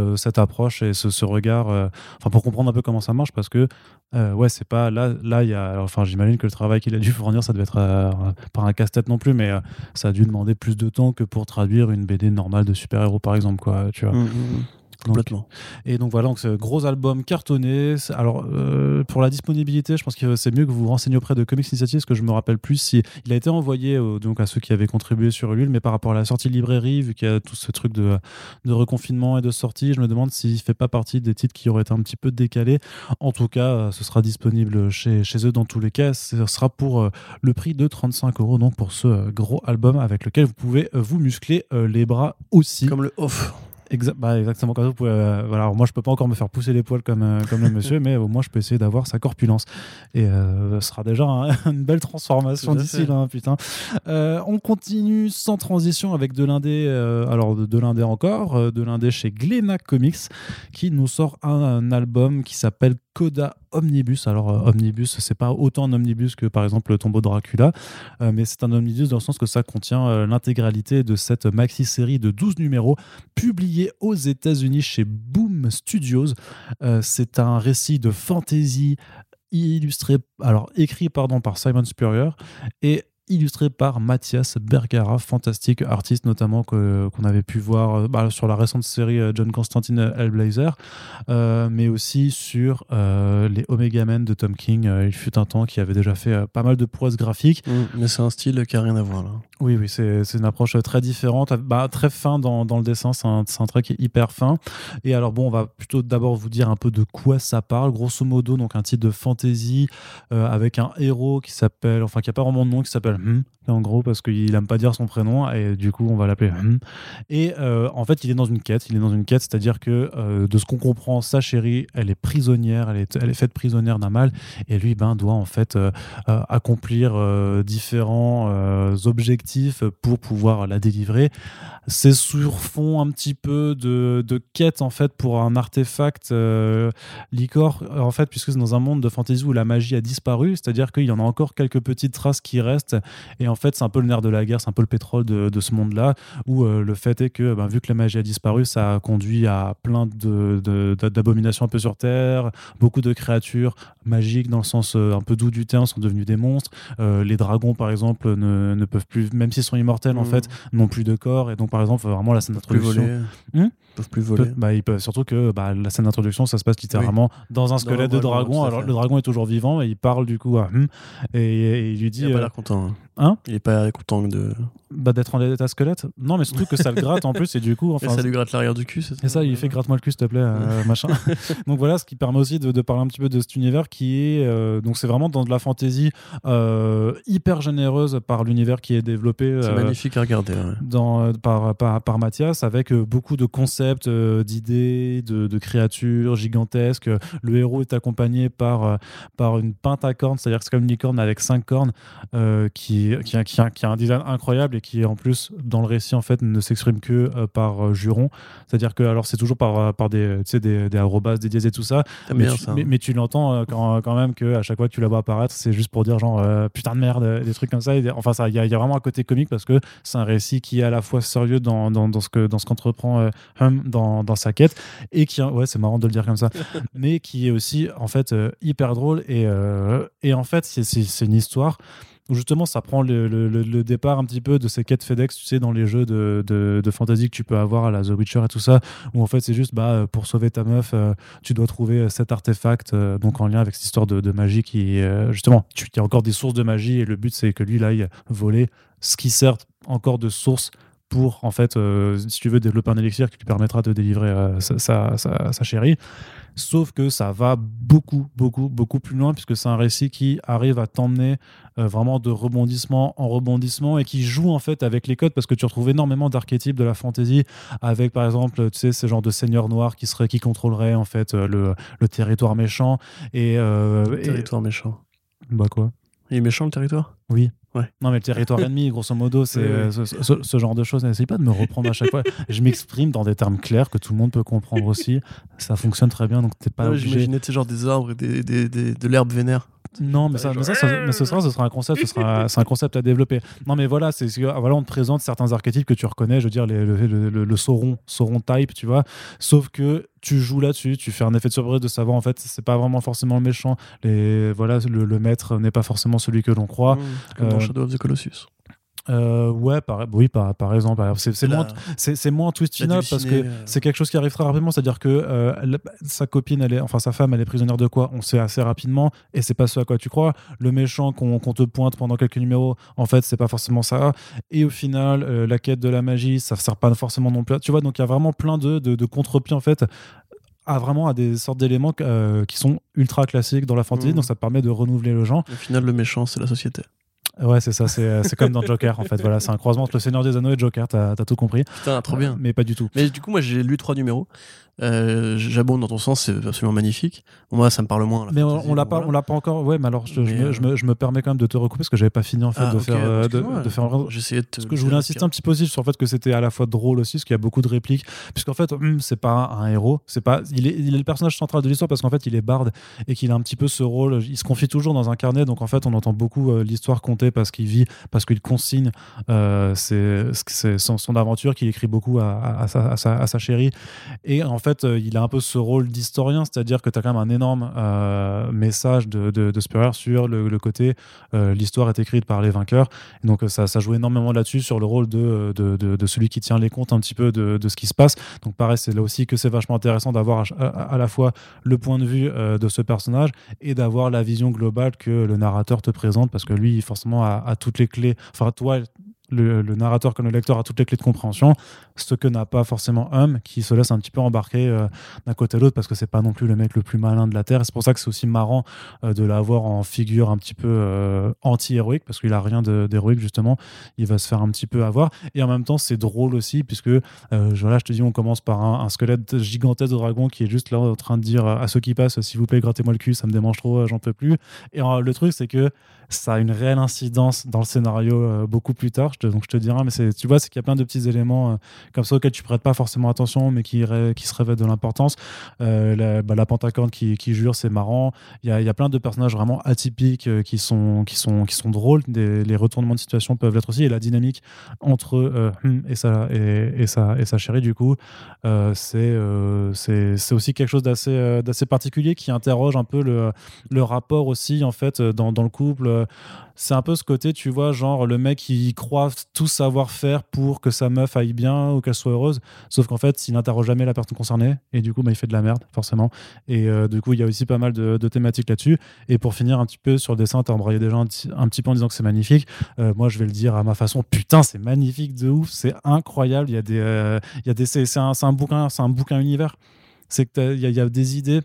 approche et ce, ce regard, euh, enfin pour comprendre un peu comment ça marche, parce que euh, ouais, c'est pas là, là il y a, alors, enfin j'imagine que le travail qu'il a dû fournir, ça devait être euh, pas un casse-tête non plus, mais euh, ça a dû demander plus de temps que pour traduire une B D normale de super-héros par exemple, quoi, tu vois. Mmh, mmh. Complètement. Donc, et donc voilà, donc c'est un gros album cartonné. C'est- Alors euh, pour la disponibilité, je pense que c'est mieux que vous vous renseigniez auprès de Comics Initiative, parce que je me rappelle plus si il a été envoyé euh, donc à ceux qui avaient contribué sur Ulule, mais par rapport à la sortie librairie, vu qu'il y a tout ce truc de, de reconfinement et de sortie, je me demande s'il fait pas partie des titres qui auraient été un petit peu décalés. En tout cas, euh, ce sera disponible chez, chez eux dans tous les cas. Ce sera pour euh, le prix de trente-cinq euros, donc pour ce euh, gros album avec lequel vous pouvez euh, vous muscler euh, les bras aussi. Comme le off. Exa- bah, exactement comme ça, vous pouvez, euh, voilà, alors moi je peux pas encore me faire pousser les poils comme, euh, comme le monsieur, mais au moins je peux essayer d'avoir sa corpulence et euh, ce sera déjà un- une belle transformation Tout à d'ici fait. là, hein, putain. Euh, on continue sans transition avec de l'indé, euh, alors de, de l'indé encore, euh, de l'indé chez Glénat Comics qui nous sort un, un album qui s'appelle Coda Omnibus. Alors euh, Omnibus, c'est pas autant un omnibus que par exemple le Tombeau de Dracula, euh, mais c'est un omnibus dans le sens que ça contient euh, l'intégralité de cette maxi-série de douze numéros publiée aux États-Unis chez Boom Studios. Euh, c'est un récit de fantasy illustré, alors écrit pardon par Simon Spurrier et illustré par Mathias Bergara, fantastique artiste notamment que, qu'on avait pu voir euh, bah, sur la récente série euh, John Constantine Hellblazer, euh, mais aussi sur euh, les Omega Men de Tom King. Euh, il fut un temps qui avait déjà fait euh, pas mal de prouesses graphiques. Mmh, mais c'est un style qui a rien à voir là. Oui, oui, c'est, c'est une approche très différente, bah, très fin dans, dans le dessin, c'est un, c'est un trait qui est hyper fin. Et alors bon, on va plutôt d'abord vous dire un peu de quoi ça parle. Grosso modo, donc un titre de fantasy euh, avec un héros qui s'appelle, enfin qui n'a pas vraiment de nom, qui s'appelle Hmm, en gros, parce qu'il n'aime pas dire son prénom, et du coup on va l'appeler Hmm. Et euh, en fait, il est dans une quête, il est dans une quête, c'est-à-dire que euh, de ce qu'on comprend, sa chérie, elle est prisonnière, elle est, elle est faite prisonnière d'un mal, et lui, ben, doit en fait euh, euh, accomplir euh, différents euh, objectifs pour pouvoir la délivrer. C'est sur fond un petit peu de, de quête en fait pour un artefact euh, Licor, en fait, puisque c'est dans un monde de fantasy où la magie a disparu, c'est-à-dire qu'il y en a encore quelques petites traces qui restent, et en fait c'est un peu le nerf de la guerre, c'est un peu le pétrole de, de ce monde-là, où euh, le fait est que ben, vu que la magie a disparu, ça a conduit à plein de, de, de, d'abominations un peu sur Terre, beaucoup de créatures magiques dans le sens euh, un peu doux du terme sont devenus des monstres, euh, les dragons par exemple ne, ne peuvent plus, même s'ils sont immortels mmh. en fait, n'ont plus de corps, et donc par exemple vraiment la scène d'introduction hmm ils peuvent plus voler. Peut, bah, ils peuvent, surtout que bah, la scène d'introduction ça se passe littéralement oui. dans un squelette dans de dragon, alors le dragon est toujours vivant et il parle du coup à hmm, et, et il lui dit il a pas euh, l'air content hein. Hein il est pas content de bah, d'être en état squelette, non mais surtout que ça le gratte en plus, et du coup enfin, et ça lui gratte l'arrière du cul, c'est ça, et ça il fait gratte-moi le cul s'il te plaît euh, machin. Donc voilà, ce qui permet aussi de, de parler un petit peu de cet univers qui est euh, donc c'est vraiment dans de la fantasy euh, hyper généreuse par l'univers qui est développé, c'est euh, magnifique à regarder ouais. dans, par, par, par Mathias, avec euh, beaucoup de concepts, euh, d'idées, de, de créatures gigantesques. Le héros est accompagné par, euh, par une pentacorne, c'est-à-dire que c'est comme une licorne avec cinq cornes, euh, qui, qui, a, qui, a, qui a un design incroyable et qui en plus dans le récit en fait ne s'exprime que euh, par euh, juron, c'est-à-dire que alors c'est toujours par, par des, tu sais, des, des arrobas, des dièses et tout ça, mais, bien, tu, ça, mais, hein. mais tu l'entends euh, quand, quand même qu'à chaque fois que tu la vois apparaître, c'est juste pour dire genre euh, putain de merde, des trucs comme ça, et des, enfin il y, y a vraiment un côté comique parce que c'est un récit qui est à la fois sérieux dans, dans, dans ce que dans ce qu'entreprend euh, Hum dans, dans sa quête, et qui ouais c'est marrant de le dire comme ça mais qui est aussi en fait euh, hyper drôle, et, euh, et en fait c'est, c'est, c'est une histoire où justement ça prend le, le, le départ un petit peu de ces quêtes FedEx, tu sais, dans les jeux de, de, de fantasy que tu peux avoir à la The Witcher et tout ça, où en fait c'est juste bah, pour sauver ta meuf euh, tu dois trouver cet artefact euh, donc en lien avec cette histoire de, de magie qui euh, justement il y a encore des sources de magie, et le but c'est que lui là aille voler ce qui sert encore de source pour, en fait, euh, si tu veux, développer un élixir qui lui permettra de délivrer euh, sa, sa, sa, sa chérie. Sauf que ça va beaucoup, beaucoup, beaucoup plus loin, puisque c'est un récit qui arrive à t'emmener euh, vraiment de rebondissement en rebondissement, et qui joue en fait avec les codes, parce que tu retrouves énormément d'archétypes de la fantasy, avec par exemple, tu sais, ce genre de seigneur noir qui, serait, qui contrôlerait en fait le, le territoire méchant. Et, euh, le territoire et... méchant. Bah quoi ? Il est méchant le territoire ? Oui. Ouais. Non, mais le territoire ennemi, grosso modo, c'est oui, oui. Euh, ce, ce, ce genre de choses. N'essaye pas de me reprendre à chaque fois. Je m'exprime dans des termes clairs que tout le monde peut comprendre aussi. Ça fonctionne très bien, donc t'es pas non, obligé. J'imaginais genre des arbres et des, des, des, de l'herbe vénère. Non, mais ça, mais ça, ça, mais ce sera, ce sera un concept, ce sera, c'est un concept à développer. Non, mais voilà, c'est, c'est voilà, on te présente certains archétypes que tu reconnais. Je veux dire, les, le, le, le, le Sauron, Sauron type, tu vois. Sauf que tu joues là-dessus, tu fais un effet de surprise de savoir en fait c'est pas vraiment forcément le méchant, les, voilà, le, le maître n'est pas forcément celui que l'on croit. Mmh, comme Euh, dans Shadow of the Colossus. Euh, ouais, par, oui, par, par exemple. Alors, c'est, c'est, La- moins, c'est, c'est moins twist la final parce que dulcinée, euh. c'est quelque chose qui arrive très rapidement. C'est-à-dire que euh, la- sa copine, elle est, enfin sa femme, elle est prisonnière de quoi? On sait assez rapidement et c'est pas ce à quoi tu crois. Le méchant qu'on, qu'on te pointe pendant quelques numéros, en fait, c'est pas forcément ça. Et au final, euh, la quête de la magie, ça sert pas forcément non plus. à- Tu vois, donc il y a vraiment plein de, de, de contre-pieds en fait. À vraiment à des sortes d'éléments euh, qui sont ultra classiques dans la fantasy, Mhm. donc ça te permet de renouveler le genre. Au final, le méchant, c'est la société. Ouais, c'est ça, c'est, c'est comme dans Joker en fait. Voilà, c'est un croisement entre le Seigneur des Anneaux et Joker, t'as, t'as tout compris. Putain, trop bien. Euh, mais pas du tout. Mais du coup, moi, j'ai lu trois numéros. Euh, J'abonde dans ton sens, c'est absolument magnifique. Moi, ça me parle moins. La Mais on, fantasy, on l'a bon, pas, voilà. on l'a pas encore. Ouais, mais alors je, Mais je, me, euh... je, me, je me permets quand même de te recouper parce que j'avais pas fini en fait ah, de, okay, faire, euh, de, de faire. J'essayais de te... Parce que je voulais insister un petit peu aussi sur le fait que c'était à la fois drôle aussi, parce qu'il y a beaucoup de répliques. Puisqu'en fait, hum, c'est pas un, un héros, c'est pas. Il est, il est le personnage central de l'histoire parce qu'en fait, il est barde et qu'il a un petit peu ce rôle. Il se confie toujours dans un carnet, donc en fait, on entend beaucoup euh, l'histoire compter parce qu'il vit, parce qu'il consigne euh, c'est, c'est son, son aventure, qu'il écrit beaucoup à, à, à, sa, à, sa, à sa chérie. Et en fait, euh, il a un peu ce rôle d'historien, c'est-à-dire que tu as quand même un énorme euh, message de, de, de Spurrier sur le, le côté euh, l'histoire est écrite par les vainqueurs. Et donc, ça, ça joue énormément là-dessus sur le rôle de, de, de, de celui qui tient les comptes un petit peu de, de ce qui se passe. Donc, pareil, c'est là aussi que c'est vachement intéressant d'avoir à, à, à la fois le point de vue euh, de ce personnage et d'avoir la vision globale que le narrateur te présente, parce que lui, forcément, a, a toutes les clés. Enfin, toi, Le, le narrateur comme le lecteur a toutes les clés de compréhension, ce que n'a pas forcément Hum, qui se laisse un petit peu embarquer euh, d'un côté à l'autre parce que c'est pas non plus le mec le plus malin de la Terre. Et c'est pour ça que c'est aussi marrant euh, de l'avoir en figure un petit peu euh, anti-héroïque, parce qu'il a rien de, d'héroïque justement. Il va se faire un petit peu avoir. Et en même temps, c'est drôle aussi, puisque euh, voilà, je te dis, on commence par un, un squelette gigantesque de dragon qui est juste là en train de dire à ceux qui passent, s'il vous plaît, grattez-moi le cul, ça me démange trop, j'en peux plus. Et euh, le truc, c'est que ça a une réelle incidence dans le scénario euh, beaucoup plus tard. Je te, donc je te dirai, mais c'est, tu vois, c'est qu'il y a plein de petits éléments euh, comme ça auxquels tu prêtes pas forcément attention, mais qui, ré, qui se révèlent de l'importance. Euh, la, bah, la pentacorne qui, qui jure, c'est marrant. Il y a, y a plein de personnages vraiment atypiques euh, qui, sont, qui, sont, qui sont drôles. Des, les retournements de situation peuvent l'être aussi. Et la dynamique entre euh, hum et, sa, et, et, sa, et sa chérie, du coup, euh, c'est, euh, c'est, c'est aussi quelque chose d'assez, euh, d'assez particulier qui interroge un peu le, le rapport aussi, en fait, dans, dans le couple. C'est un peu ce côté, tu vois, genre le mec il croit tout savoir faire pour que sa meuf aille bien ou qu'elle soit heureuse, sauf qu'en fait il n'interroge jamais la personne concernée et du coup bah, il fait de la merde forcément. Et euh, du coup il y a aussi pas mal de, de thématiques là-dessus. Et pour finir un petit peu sur le dessin, t'as embrayé déjà un, t- un petit peu en disant que c'est magnifique. Euh, moi je vais le dire à ma façon, putain c'est magnifique de ouf, c'est incroyable. Il y a des, euh, il y a des, c'est, c'est un, c'est un bouquin, c'est un bouquin univers. C'est que il y, y a des idées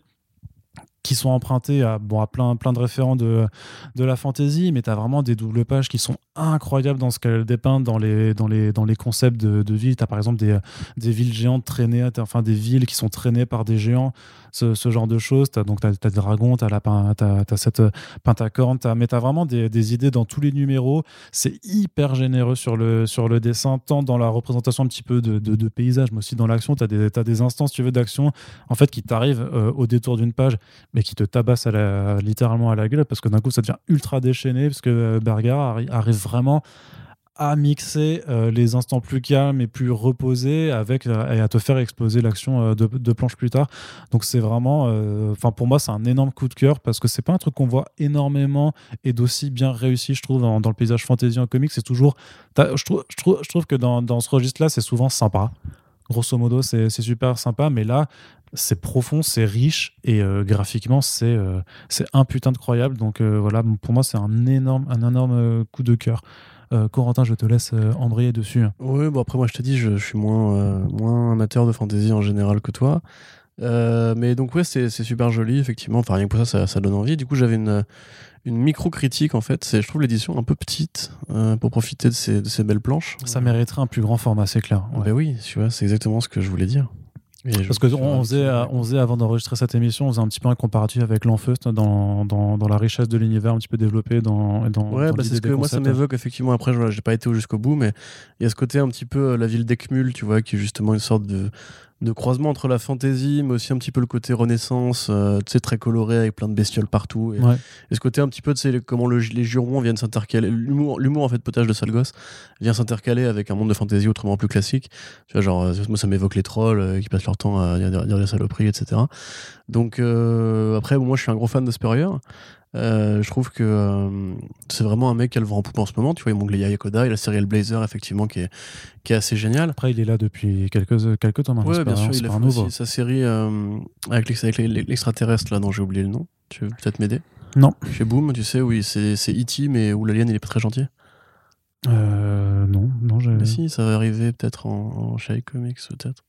qui sont empruntés à, bon, à plein, plein de référents de, de la fantasy, mais tu as vraiment des doubles pages qui sont incroyables dans ce qu'elles dépeignent, dans les, dans les, dans les concepts de, de villes. Tu as par exemple des, des villes géantes traînées, enfin des villes qui sont traînées par des géants, ce, ce genre de choses. T'as, donc tu as des dragons, tu as, t'as, t'as cette pentacorne, t'as, mais tu as vraiment des, des idées dans tous les numéros. C'est hyper généreux sur le, sur le dessin, tant dans la représentation un petit peu de, de, de paysage, mais aussi dans l'action. Tu as des, t'as des instances, tu veux, d'action en fait, qui t'arrivent euh, au détour d'une page, mais qui te tabasse à la, littéralement à la gueule, parce que d'un coup ça devient ultra déchaîné, parce que Bergara arri- arrive vraiment à mixer euh, les instants plus calmes et plus reposés avec, euh, et à te faire exploser l'action euh, de, de planches plus tard. Donc c'est vraiment, enfin euh, pour moi c'est un énorme coup de cœur, parce que c'est pas un truc qu'on voit énormément et d'aussi bien réussi, je trouve, dans, dans le paysage fantasy en comics. C'est toujours, je trouve, je trouve, je trouve que dans, dans ce registre là c'est souvent sympa. Grosso modo, c'est, c'est super sympa, mais là, c'est profond, c'est riche, et euh, graphiquement, c'est, euh, c'est un putain de croyable. Donc euh, voilà, pour moi, c'est un énorme, un énorme coup de cœur. Euh, Corentin, je te laisse euh, embrayer dessus. Oui, bon après, moi, je te dis, je, je suis moins, euh, moins amateur de fantasy en général que toi. Euh, mais donc, ouais, c'est, c'est super joli, effectivement. Enfin, rien que pour ça, ça, ça donne envie. Du coup, j'avais une, une micro-critique, en fait. C'est, je trouve l'édition un peu petite euh, pour profiter de ces, de ces belles planches. Ça mériterait un plus grand format, c'est clair. Ouais. Ben oui, tu vois, c'est exactement ce que je voulais dire. Et Parce qu'on on faisait, on faisait, avant d'enregistrer cette émission, on faisait un petit peu un comparatif avec l'Enfeust dans, dans, dans la richesse de l'univers un petit peu développé dans, dans, ouais, dans bah c'est ce que moi ça m'évoque, effectivement. Après, je j'ai pas été jusqu'au bout, mais il y a ce côté un petit peu euh, la ville d'Eckmühl, tu vois, qui est justement une sorte de, de croisement entre la fantasy, mais aussi un petit peu le côté renaissance, euh, tu sais, très coloré avec plein de bestioles partout. Et, Ouais. et ce côté un petit peu, tu sais, comment le, les jurons viennent s'intercaler. L'humour, l'humour, en fait, potage de sale gosse, vient s'intercaler avec un monde de fantasy autrement plus classique. Tu vois, genre, euh, moi, ça m'évoque les trolls euh, qui passent leur temps à dire, dire des saloperies, et cetera. Donc, euh, après, moi, je suis un gros fan de Spurrier. Euh, je trouve que euh, c'est vraiment un mec qui a le vent en poupe en ce moment. Tu vois, il manque les Yakoda et la série Blazer, effectivement, qui est, qui est assez géniale. Après, il est là depuis quelques, quelques temps maintenant. Ouais, c'est bien pas, sûr, c'est il a pas fait un nouveau. aussi sa série euh, avec, l'ex- avec les- l'extraterrestre, là, dont j'ai oublié le nom. Tu veux peut-être m'aider? Non. Chez Boom, tu sais, oui, c'est, c'est E T, mais où l'alien, il est pas très gentil. Euh, non, non, j'ai... Mais si, ça va arriver peut-être en, en Shy Comics, peut-être.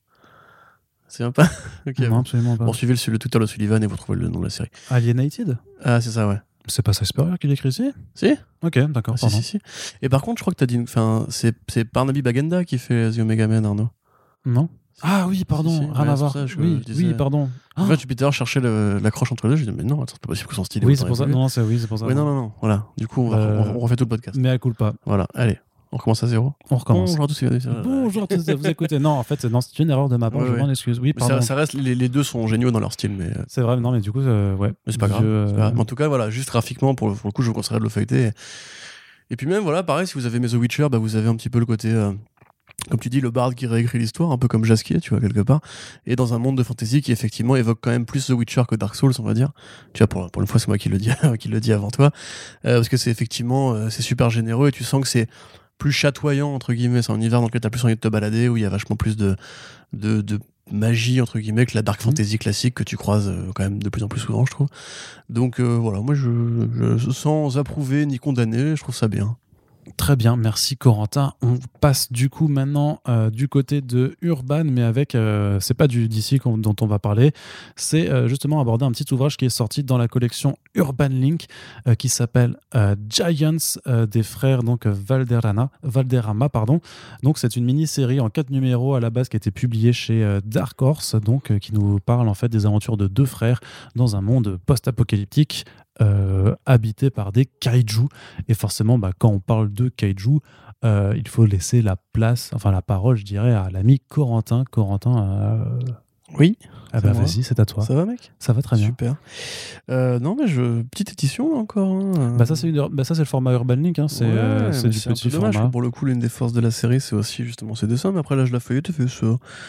C'est un pas. Ok, non, bon. absolument pas. Bon, suivez le, le Twitter de Sullivan et vous trouvez le nom de la série. Alienated? Ah, c'est ça, ouais. C'est pas ça Spurrier qui l'écrit ici? Si? Ok, d'accord, Ah, si, pardon. si, si. Et par contre, je crois que t'as dit. Enfin, c'est, c'est Barnaby Bagenda qui fait The Omega Man, Arnaud. Non? Ah oui, pardon, Si, si, rien ouais, à c'est voir. ça, je- oui, je disais- oui, pardon. En Ah fait, Jupiter cherchait le, l'accroche entre les deux. Je dis, mais non, attends, c'est pas possible que son style ait oui, autant c'est pour ça. évolué. Non, c'est oui, c'est pour ça. Oui, non, non, non. Voilà. Du coup, on, va, Euh, on, on refait tout le podcast. Mais à culpa. Voilà. Allez, on recommence à zéro. On recommence. Bonjour à tous. Bonjour à tous, vous écoutez. Non, en fait, non, c'est une erreur de ma part, Ouais, je ouais. m'en excuse. Oui, Mais pardon. ça, ça reste, les, les deux sont géniaux dans leur style, mais, euh, C'est vrai, non, mais du coup, euh, ouais. mais c'est pas grave. Je- c'est pas grave. Mais en tout cas, voilà, juste graphiquement, pour le, pour le coup, je vous conseillerais de le feuilleter. Et puis même, voilà, pareil, si vous avez aimé The Witcher, bah, vous avez un petit peu le côté, euh, comme tu dis, le bard qui réécrit l'histoire, un peu comme Jasquier, tu vois, quelque part. Et dans un monde de fantasy qui, effectivement, évoque quand même plus The Witcher que Dark Souls, on va dire. Tu vois, pour, pour une fois, c'est moi qui le dis, qui le dis avant toi. Euh, parce que c'est effectivement, euh, c'est super généreux et tu sens que c'est plus chatoyant, entre guillemets. C'est un univers dans lequel t'as plus envie de te balader, où il y a vachement plus de, de, de magie, entre guillemets, que la dark fantasy classique que tu croises euh, quand même de plus en plus souvent, je trouve. Donc euh, voilà, moi, je, je, sans approuver ni condamner, je trouve ça bien. Très bien, merci Corentin. On passe du coup maintenant euh, du côté de Urban, mais avec, euh, c'est pas du D C qu'on- dont on va parler, c'est euh, justement aborder un petit ouvrage qui est sorti dans la collection Urban Link, euh, qui s'appelle euh, Giants euh, des frères donc Valderrama, Valderrama pardon. Donc c'est une mini-série en quatre numéros à la base qui a été publiée chez euh, Dark Horse, donc euh, qui nous parle en fait des aventures de deux frères dans un monde post-apocalyptique. Euh, habité par des kaiju, et forcément bah, quand on parle de kaiju euh, il faut laisser la place, enfin la parole je dirais à l'ami Corentin. Corentin euh... Oui. ah bah vas-y, c'est à toi. Ça va, mec? Ça va très bien. Super. Euh, non, mais je... petite édition encore. Hein. Bah ça c'est une... bah, ça c'est le format Urban Link, hein. c'est, Ouais, euh, c'est mais du c'est un petit peu dommage, format. pour le coup, l'une des forces de la série, c'est aussi justement ces dessins. Mais après, là, je la feuillette et fait ça.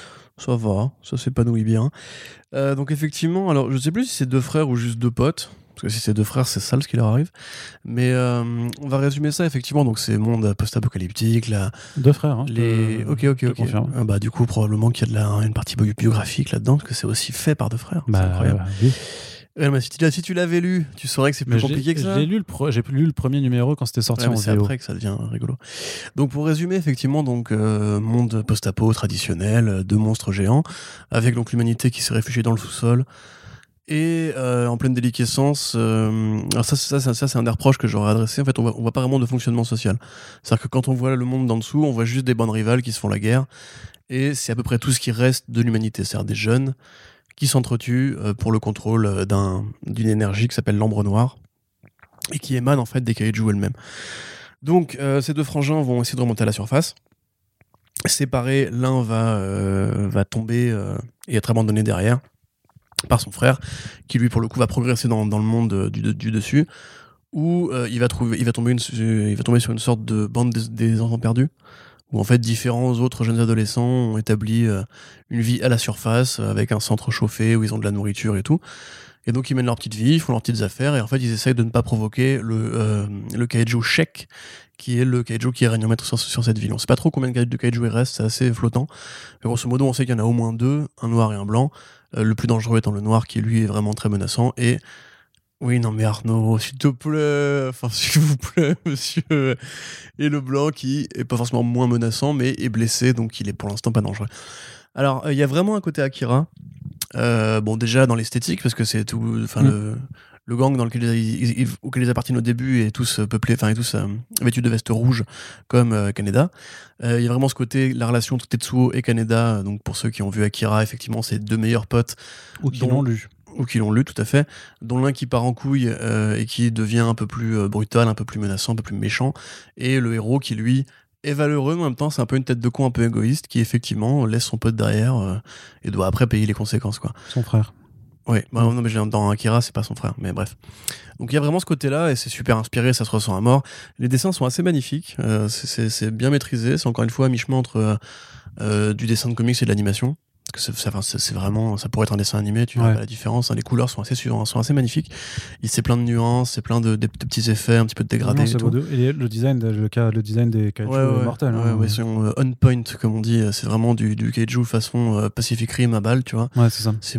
Ça va, ça s'épanouit bien. Euh, donc, effectivement, alors, je sais plus si c'est deux frères ou juste deux potes. Parce que si c'est deux frères, c'est sale ce qui leur arrive. Mais euh, on va résumer ça, effectivement. Donc, c'est monde post-apocalyptique. Là, Deux frères. Hein, les... je- Ok, ok, je ok. confirme. Ah, bah, du coup, probablement qu'il y a de la... une partie biographique là-dedans, parce que c'est aussi fait par deux frères. Bah, c'est incroyable. euh, oui. Ouais, mais si tu, l'as- si tu l'avais lu, tu saurais que c'est plus Mais compliqué j'ai, que ça. j'ai lu le pro- j'ai lu le premier numéro quand c'était sorti Ouais, mais en c'est V O. après que ça devient rigolo. Donc pour résumer, effectivement, donc euh, monde post-apo traditionnel, euh, deux monstres géants, avec donc l'humanité qui s'est réfugiée dans le sous-sol. Et euh, en pleine déliquescence, euh, alors ça, ça, ça, ça c'est un des reproches que j'aurais adressé. En fait, on voit, on voit pas vraiment de fonctionnement social. C'est-à-dire que quand on voit le monde d'en dessous, on voit juste des bandes rivales qui se font la guerre. Et c'est à peu près tout ce qui reste de l'humanité. C'est-à-dire des jeunes qui s'entretuent euh, pour le contrôle d'un, d'une énergie qui s'appelle l'ambre noire et qui émane en fait des kaiju elles-mêmes. Donc euh, ces deux frangins vont essayer de remonter à la surface. Séparés, l'un va, euh, va tomber euh, et être abandonné derrière par son frère, qui lui pour le coup va progresser dans, dans le monde euh, du, du dessus, où euh, il, va trouver, il, va tomber une, il va tomber sur une sorte de bande des, des enfants perdus, où en fait différents autres jeunes adolescents ont établi euh, une vie à la surface, euh, avec un centre chauffé où ils ont de la nourriture et tout. Et donc ils mènent leur petite vie, ils font leurs petites affaires, et en fait ils essayent de ne pas provoquer le, euh, le kaiju Shek, qui est le kaiju qui règne en maître sur, sur cette ville. On sait pas trop combien de kaiju il reste, c'est assez flottant. Mais grosso modo, on sait qu'il y en a au moins deux, un noir et un blanc. Euh, le plus dangereux étant le noir, qui lui est vraiment très menaçant. Et oui, non mais Arnaud, s'il te plaît, enfin s'il vous plaît, monsieur. Et le blanc qui est pas forcément moins menaçant, mais est blessé, donc il est pour l'instant pas dangereux. Alors, il euh, y a vraiment un côté Akira. Euh, bon, déjà dans l'esthétique, parce que c'est tout. Enfin, mm. le, le gang dans lequel ils, ils, auquel ils appartiennent au début est tous peuplés, enfin, est tous euh, vêtus de vestes rouges, comme euh, Kaneda. Il euh, y a vraiment ce côté, la relation entre Tetsuo et Kaneda. Donc, pour ceux qui ont vu Akira, effectivement, c'est deux meilleurs potes. Ou qui l'ont lu. Ou qui l'ont lu, tout à fait. Dont l'un qui part en couille euh, et qui devient un peu plus euh, brutal, un peu plus menaçant, un peu plus méchant. Et le héros qui, lui, est valeureux, mais en même temps, c'est un peu une tête de con un peu égoïste qui, effectivement, laisse son pote derrière euh, et doit après payer les conséquences, quoi. Son frère. Oui, bah, non, mais j'ai- dans Akira, c'est pas son frère, mais bref. Donc il y a vraiment ce côté-là, et c'est super inspiré, ça se ressent à mort. Les dessins sont assez magnifiques, euh, c'est- c'est c'est bien maîtrisé, c'est encore une fois à mi-chemin entre euh, euh, du dessin de comics et de l'animation. Parce que c'est- ça- enfin, c'est c'est vraiment, ça pourrait être un dessin animé, tu vois Ouais. pas la différence, hein. Les couleurs sont assez, suivantes, sont assez magnifiques. Il c'est plein de nuances, c'est plein de, de- de petits effets, un petit peu de dégradé Non, et c'est tout. beau de- Et le design, de- le, ca- le design des kaiju Ouais, est ouais, mortel. ouais, hein. ouais, ils sont euh, on point, comme on dit. euh, C'est vraiment du, du kaiju façon euh, Pacific Rim à balle, tu vois. Ouais, c'est ça. C'est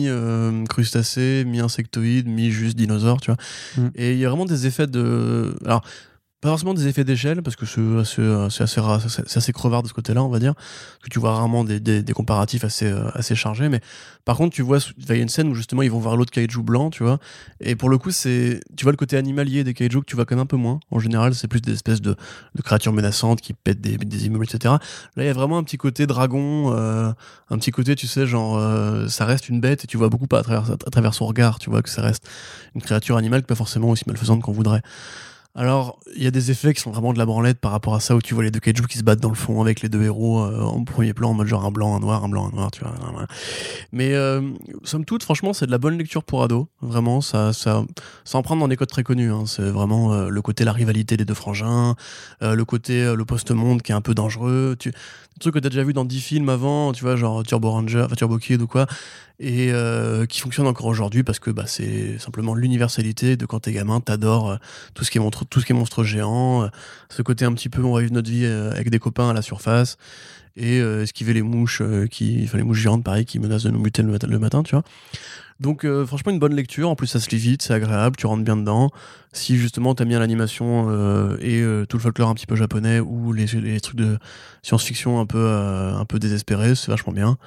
mi-crustacé, mi-insectoïde, mi-juste dinosaure, tu vois. Mm. Et il y a vraiment des effets de. Alors, pas forcément des effets d'échelle, parce que c'est assez, euh, c'est assez, rare, c'est c'est assez crevard de ce côté-là, on va dire. Parce que tu vois rarement des, des, des comparatifs assez, euh, assez chargés. Mais par contre, tu vois, il y a une scène où justement ils vont voir l'autre kaiju blanc, tu vois. Et pour le coup, c'est, tu vois le côté animalier des kaiju que tu vois quand même un peu moins. En général, c'est plus des espèces de, de créatures menaçantes qui pètent des, des immeubles, et cetera. Là, il y a vraiment un petit côté dragon, euh, un petit côté, tu sais, genre, euh, ça reste une bête et tu vois beaucoup pas à travers, à travers son regard, tu vois, que ça reste une créature animale qui pas forcément aussi malfaisante qu'on voudrait. Alors, il y a des effets qui sont vraiment de la branlette par rapport à ça, où tu vois les deux kaiju qui se battent dans le fond avec les deux héros euh, en premier plan, en mode genre un blanc, un noir, un blanc, un noir, tu vois. Mais euh, somme toute, franchement, c'est de la bonne lecture pour ados. Vraiment, ça, ça, ça en prend dans des codes très connus. Hein. C'est vraiment euh, le côté la rivalité des deux frangins, euh, le côté euh, le post-monde qui est un peu dangereux. Tu, des trucs que t'as déjà vu dans dix films avant, tu vois, genre Turbo Ranger, enfin Turbo Kid ou quoi, et euh, qui fonctionne encore aujourd'hui parce que bah, c'est simplement l'universalité de quand t'es gamin, t'adores euh, tout ce qui est monstre, tout ce qui est monstre géant, euh, ce côté un petit peu on va vivre notre vie euh, avec des copains à la surface et euh, esquiver les mouches euh, qui, enfin les mouches géantes pareil qui menacent de nous muter le, mat- le matin, tu vois. Donc euh, franchement une bonne lecture, en plus ça se lit vite, c'est agréable, tu rentres bien dedans. Si justement t'aimes bien l'animation euh, et euh, tout le folklore un petit peu japonais ou les, les trucs de science-fiction un peu euh, un peu désespérés, c'est vachement bien.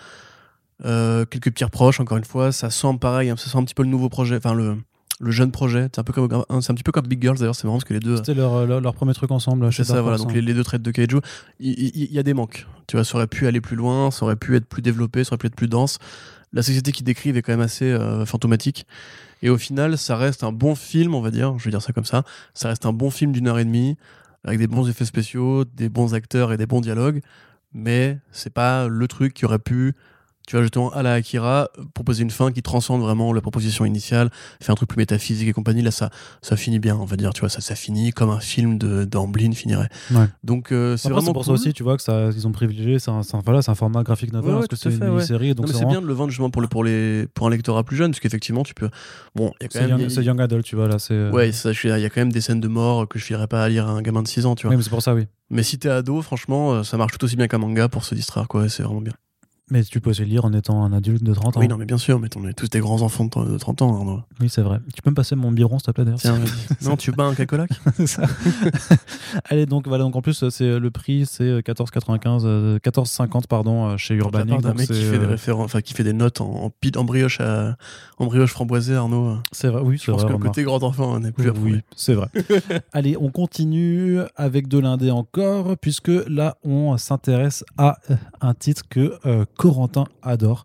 Euh, quelques petits reproches, encore une fois, ça sent pareil, hein, ça sent un petit peu le nouveau projet, enfin le, le jeune projet. C'est un peu comme, c'est un petit peu comme Big Girls d'ailleurs, c'est marrant parce que les deux. C'était leur, leur, leur premier truc ensemble. C'est chez ça, Dark voilà. Horse, Donc hein. les, les deux traites de kaiju, il y, il y a des manques. Tu vois, ça aurait pu aller plus loin, ça aurait pu être plus développé, ça aurait pu être plus dense. La société qu'ils décrivent est quand même assez euh, fantomatique. Et au final, ça reste un bon film, on va dire. Je vais dire ça comme ça. Ça reste un bon film d'une heure et demie avec des bons effets spéciaux, des bons acteurs et des bons dialogues. Mais c'est pas le truc qui aurait pu, tu vois, justement, à la Akira, proposer une fin qui transcende vraiment la proposition initiale, faire un truc plus métaphysique et compagnie. Là, ça, ça finit bien, on va dire, tu vois, ça, ça finit comme un film de, d'Amblin finirait. Ouais. Donc, euh, c'est Après, vraiment c'est pour cool. ça aussi, tu vois, que ça, ils ont privilégié. C'est un, c'est un- voilà, c'est un format graphique novel, Ouais, ouais, parce que tout à c'est fait, une ouais. mini-série. Donc Non, mais c'est vraiment- bien de le vendre justement pour, le, pour, les, pour un lectorat plus jeune, parce qu'effectivement, tu peux. Bon, il y a quand C'est même. young, il y a- c'est young adult, tu vois, là. C'est, euh, Ouais, ça, je suis- il y a quand même des scènes de mort que je filerais pas à lire à un gamin de six ans, tu vois. oui, mais c'est pour ça, oui. Mais si t'es ado, franchement, euh, ça marche tout aussi bien qu'un manga pour se distraire, quoi. C'est vraiment bien. Mais tu peux aussi le lire en étant un adulte de trente ans. Oui, non, mais bien sûr, mais on est tous des grands enfants de trente ans, Arnaud. Oui, c'est vrai. Tu peux me passer mon biberon, s'il te plaît, d'ailleurs. Tiens, vas-y. Non, tu bats un cacolac. C'est ça. Allez, donc voilà, donc en plus, c'est le prix, c'est quatorze quatre-vingt-quinze, euh, quatorze cinquante pardon, chez De la part Urbanic. d'un donc mec qui c'est, fait des euh, références, enfin qui fait des notes en, en, pit- en brioche à, en brioche framboisée, Arnaud. C'est vrai, oui, Je c'est pense vrai. que le remarque. côté grand enfant hein, n'est plus à prouver. Oui, c'est vrai. Allez, on continue avec de l'indé encore, puisque là, on s'intéresse à euh, un titre que euh, Corentin adore,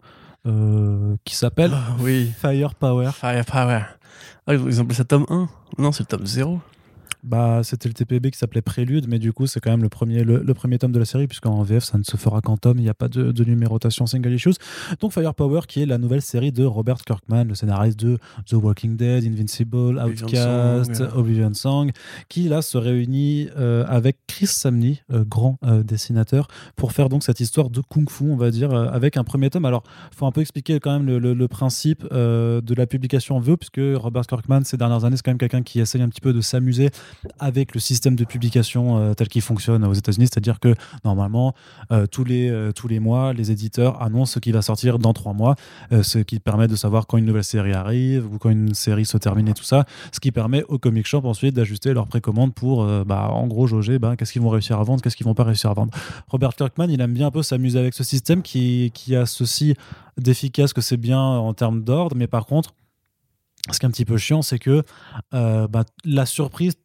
euh, qui s'appelle Ah, oui. Firepower. Firepower. Ah, ils ont appelé ça tome un. Non, c'est le tome zéro. Bah, c'était le T P B qui s'appelait Prélude, mais du coup, c'est quand même le premier, le, le premier tome de la série, puisqu'en V F, ça ne se fera qu'en tome, il n'y a pas de, de numérotation single issues. Donc, Firepower, qui est la nouvelle série de Robert Kirkman, le scénariste de The Walking Dead, Invincible, Oblivion Outcast, Song. Oblivion Song, qui là se réunit euh, avec Chris Samney, euh, grand euh, dessinateur, pour faire donc cette histoire de kung-fu, on va dire, euh, avec un premier tome. Alors, il faut un peu expliquer quand même le, le, le principe euh, de la publication en V O, puisque Robert Kirkman, ces dernières années, c'est quand même quelqu'un qui essaye un petit peu de s'amuser avec le système de publication euh, tel qu'il fonctionne aux États-Unis, c'est-à-dire que normalement euh, tous les euh, tous les mois les éditeurs annoncent ce qui va sortir dans trois mois, euh, ce qui permet de savoir quand une nouvelle série arrive ou quand une série se termine et tout ça, ce qui permet aux comic shops ensuite d'ajuster leurs précommandes pour euh, bah, en gros jauger bah, qu'est-ce qu'ils vont réussir à vendre, qu'est-ce qu'ils vont pas réussir à vendre. Robert Kirkman, il aime bien un peu s'amuser avec ce système qui qui a ceci d'efficace que c'est bien en termes d'ordre, mais par contre ce qui est un petit peu chiant, c'est que euh, bah, la surprise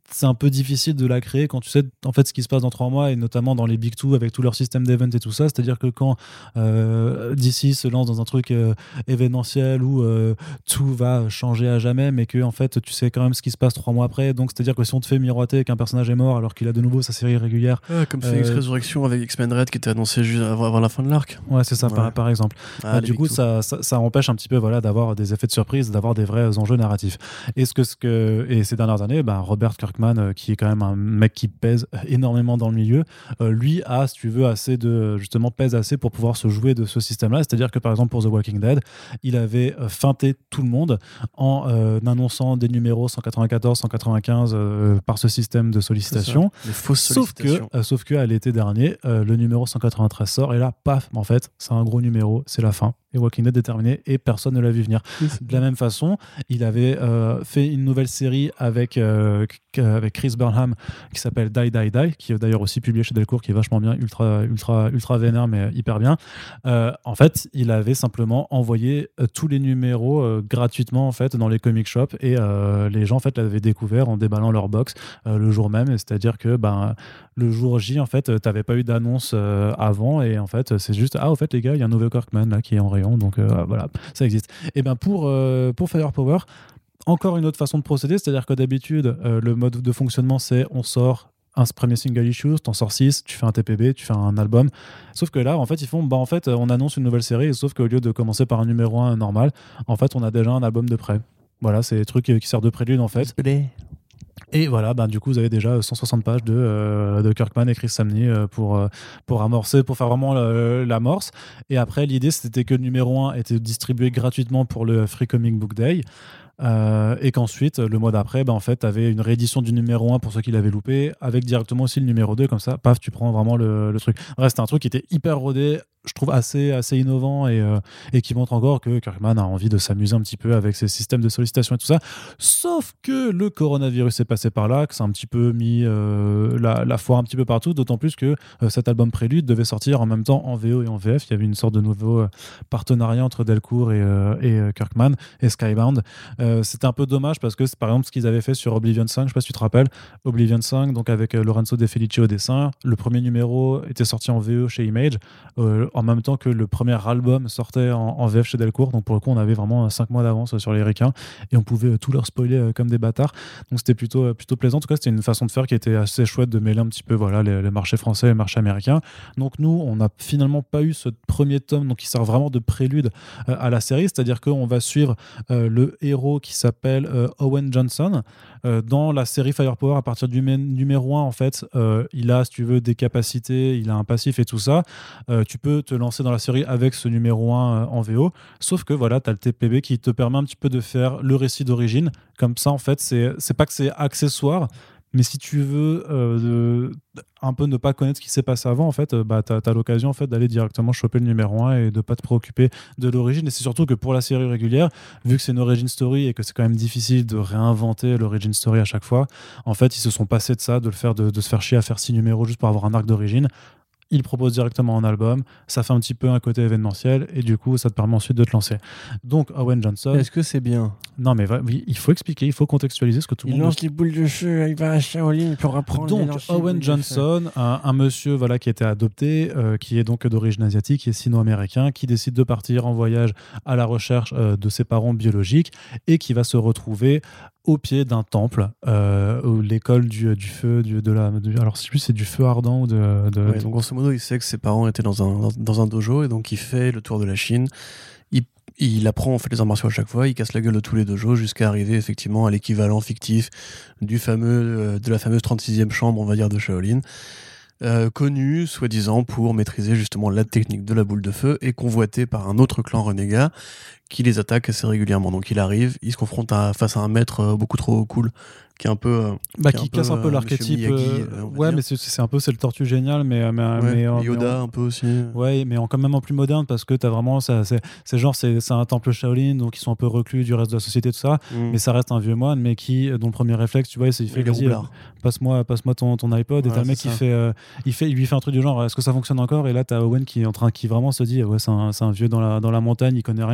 c'est un peu difficile de la créer quand tu sais en fait ce qui se passe dans trois mois et notamment dans les Big Two avec tout leur système d'event et tout ça. C'est-à-dire que quand euh, D C se lance dans un truc euh, événementiel où euh, tout va changer à jamais, mais que en fait tu sais quand même ce qui se passe trois mois après. Donc c'est-à-dire que si on te fait miroiter qu'un personnage est mort alors qu'il a de nouveau sa série régulière, ah, comme Phoenix euh, Résurrection avec X-Men Red qui était annoncé juste avant, avant la fin de l'arc. Ouais, c'est ça, ouais. par, par exemple. Ah, bah, du coup, ça, ça, ça empêche un petit peu voilà, d'avoir des effets de surprise, d'avoir des vrais enjeux narratifs. Et, ce que, ce que, et ces dernières années, bah, Robert Kirkman, euh, qui est quand même un mec qui pèse énormément dans le milieu, euh, lui a, si tu veux, assez de, justement, pèse assez pour pouvoir se jouer de ce système-là. C'est-à-dire que, par exemple, pour The Walking Dead, il avait euh, feinté tout le monde en euh, annonçant des numéros cent quatre-vingt-quatorze, cent quatre-vingt-quinze euh, par ce système de sollicitation. Les fausses sauf sollicitations. Que, euh, sauf que à l'été dernier, euh, le numéro cent quatre-vingt-treize sort et là, paf, en fait, c'est un gros numéro, c'est la fin. Et Walking Dead est terminé et personne ne l'a vu venir. De la même façon, il avait euh, fait une nouvelle série avec, euh, avec Chris Burnham qui s'appelle Die Die Die, qui est d'ailleurs aussi publié chez Delcourt, qui est vachement bien, ultra, ultra, ultra vénère, mais hyper bien. Euh, en fait, il avait simplement envoyé euh, tous les numéros euh, gratuitement en fait, dans les comic shops et euh, les gens en fait, l'avaient découvert en déballant leur box euh, le jour même. C'est-à-dire que ben, le jour J, en fait, tu n'avais pas eu d'annonce euh, avant et en fait, c'est juste ah, au fait, les gars, il y a un nouveau Kirkman là qui est en rayon. Donc euh, voilà, ça existe. Et ben pour, euh, pour Firepower, encore une autre façon de procéder, c'est-à-dire que d'habitude, euh, le mode de fonctionnement, c'est on sort un premier single issue, t'en sors six, tu fais un T P B, tu fais un album. Sauf que là, en fait, ils font, bah en fait, on annonce une nouvelle série, sauf qu'au lieu de commencer par un numéro un normal, en fait, on a déjà un album de prêt. Voilà, c'est des trucs qui servent de prélude en fait. Et voilà, ben, du coup, vous avez déjà cent soixante pages de, euh, de Kirkman et Chris Samney euh, pour, euh, pour amorcer, pour faire vraiment le, l'amorce. Et après, l'idée, c'était que le numéro un était distribué gratuitement pour le Free Comic Book Day. Euh, et qu'ensuite, le mois d'après, ben, en fait, tu avais une réédition du numéro un pour ceux qui l'avaient loupé, avec directement aussi le numéro deux, comme ça, paf, tu prends vraiment le, le truc. Bref, c'était un truc qui était hyper rodé, je trouve assez, assez innovant et, euh, et qui montre encore que Kirkman a envie de s'amuser un petit peu avec ses systèmes de sollicitation et tout ça. Sauf que le coronavirus est passé par là, que ça a un petit peu mis euh, la, la foire un petit peu partout, d'autant plus que euh, cet album Prélude devait sortir en même temps en V O et en V F. Il y avait une sorte de nouveau euh, partenariat entre Delcourt et, euh, et euh, Kirkman et Skybound. Euh, c'était un peu dommage parce que c'est par exemple ce qu'ils avaient fait sur Oblivion cinq, je sais pas si tu te rappelles, Oblivion cinq, donc avec euh, Lorenzo De Felice au dessin. Le premier numéro était sorti en V O chez Image. Euh, en même temps que le premier album sortait en, en V F chez Delcourt, donc pour le coup on avait vraiment cinq mois d'avance sur les ricains et on pouvait tout leur spoiler euh, comme des bâtards, donc c'était plutôt, euh, plutôt plaisant. En tout cas c'était une façon de faire qui était assez chouette, de mêler un petit peu voilà, les, les marchés français et les marchés américains. Donc nous on n'a finalement pas eu ce premier tome donc qui sert vraiment de prélude euh, à la série, c'est-à-dire qu'on va suivre euh, le héros qui s'appelle euh, Owen Johnson. Euh, dans la série Firepower, à partir du mé- numéro un en fait, euh, il a si tu veux des capacités, il a un passif et tout ça. Euh, tu peux te lancer dans la série avec ce numéro un euh, en V O, sauf que voilà, tu as le T P B qui te permet un petit peu de faire le récit d'origine. Comme ça, en fait, c'est, c'est pas que c'est accessoire, mais si tu veux euh, de, un peu ne pas connaître ce qui s'est passé avant, en fait, euh, bah, tu as l'occasion en fait, d'aller directement choper le numéro un et de pas te préoccuper de l'origine. Et c'est surtout que pour la série régulière, vu que c'est une origin story et que c'est quand même difficile de réinventer l'origin story à chaque fois, en fait, ils se sont passés de ça, de, le faire, de, de se faire chier à faire six numéros juste pour avoir un arc d'origine. Il propose directement un album, ça fait un petit peu un côté événementiel et du coup ça te permet ensuite de te lancer. Donc Owen Johnson. Est-ce que c'est bien ? Non mais va, oui, il faut expliquer, il faut contextualiser ce que tout le il monde. Il lance les boules de feu, il va à Shaolin pour apprendre. Donc Owen Johnson, un, un monsieur voilà qui a été adopté, euh, qui est donc d'origine asiatique, qui est sino-américain, qui décide de partir en voyage à la recherche euh, de ses parents biologiques et qui va se retrouver au pied d'un temple, euh, l'école du, du feu, du, de la, du, alors je sais plus c'est du feu ardent ou de. de ouais, donc grosso modo, il sait que ses parents étaient dans un dans, dans un dojo et donc il fait le tour de la Chine. Il, il apprend en fait les arts martiaux à chaque fois. Il casse la gueule de tous les dojos jusqu'à arriver effectivement à l'équivalent fictif du fameux euh, de la fameuse trente-sixième chambre, on va dire, de Shaolin. Euh, connu, soi-disant, pour maîtriser justement la technique de la boule de feu et convoité par un autre clan renégat qui les attaque assez régulièrement. Donc il arrive, il se confronte à, face à un maître euh, beaucoup trop cool qui est un peu euh, bah, qui, qui un casse peu, un peu euh, l'archétype Miyagi, euh, euh, ouais dire. mais c'est, c'est un peu c'est le tortue génial mais mais, ouais, mais, euh, Yoda mais on... un peu aussi ouais mais en, quand même en plus moderne parce que t'as vraiment ça, c'est, c'est genre c'est, c'est un temple Shaolin donc ils sont un peu reclus du reste de la société tout ça mm. mais ça reste un vieux moine mais qui dont le premier réflexe tu vois c'est il fait vas-y euh, passe-moi passe-moi ton, ton iPod ouais, et t'as le mec qui fait, euh, il fait il lui fait un truc du genre est-ce que ça fonctionne encore et là t'as Owen qui est en train qui vraiment se dit ouais c'est un, c'est un vieux dans la, dans la montagne il connaît rien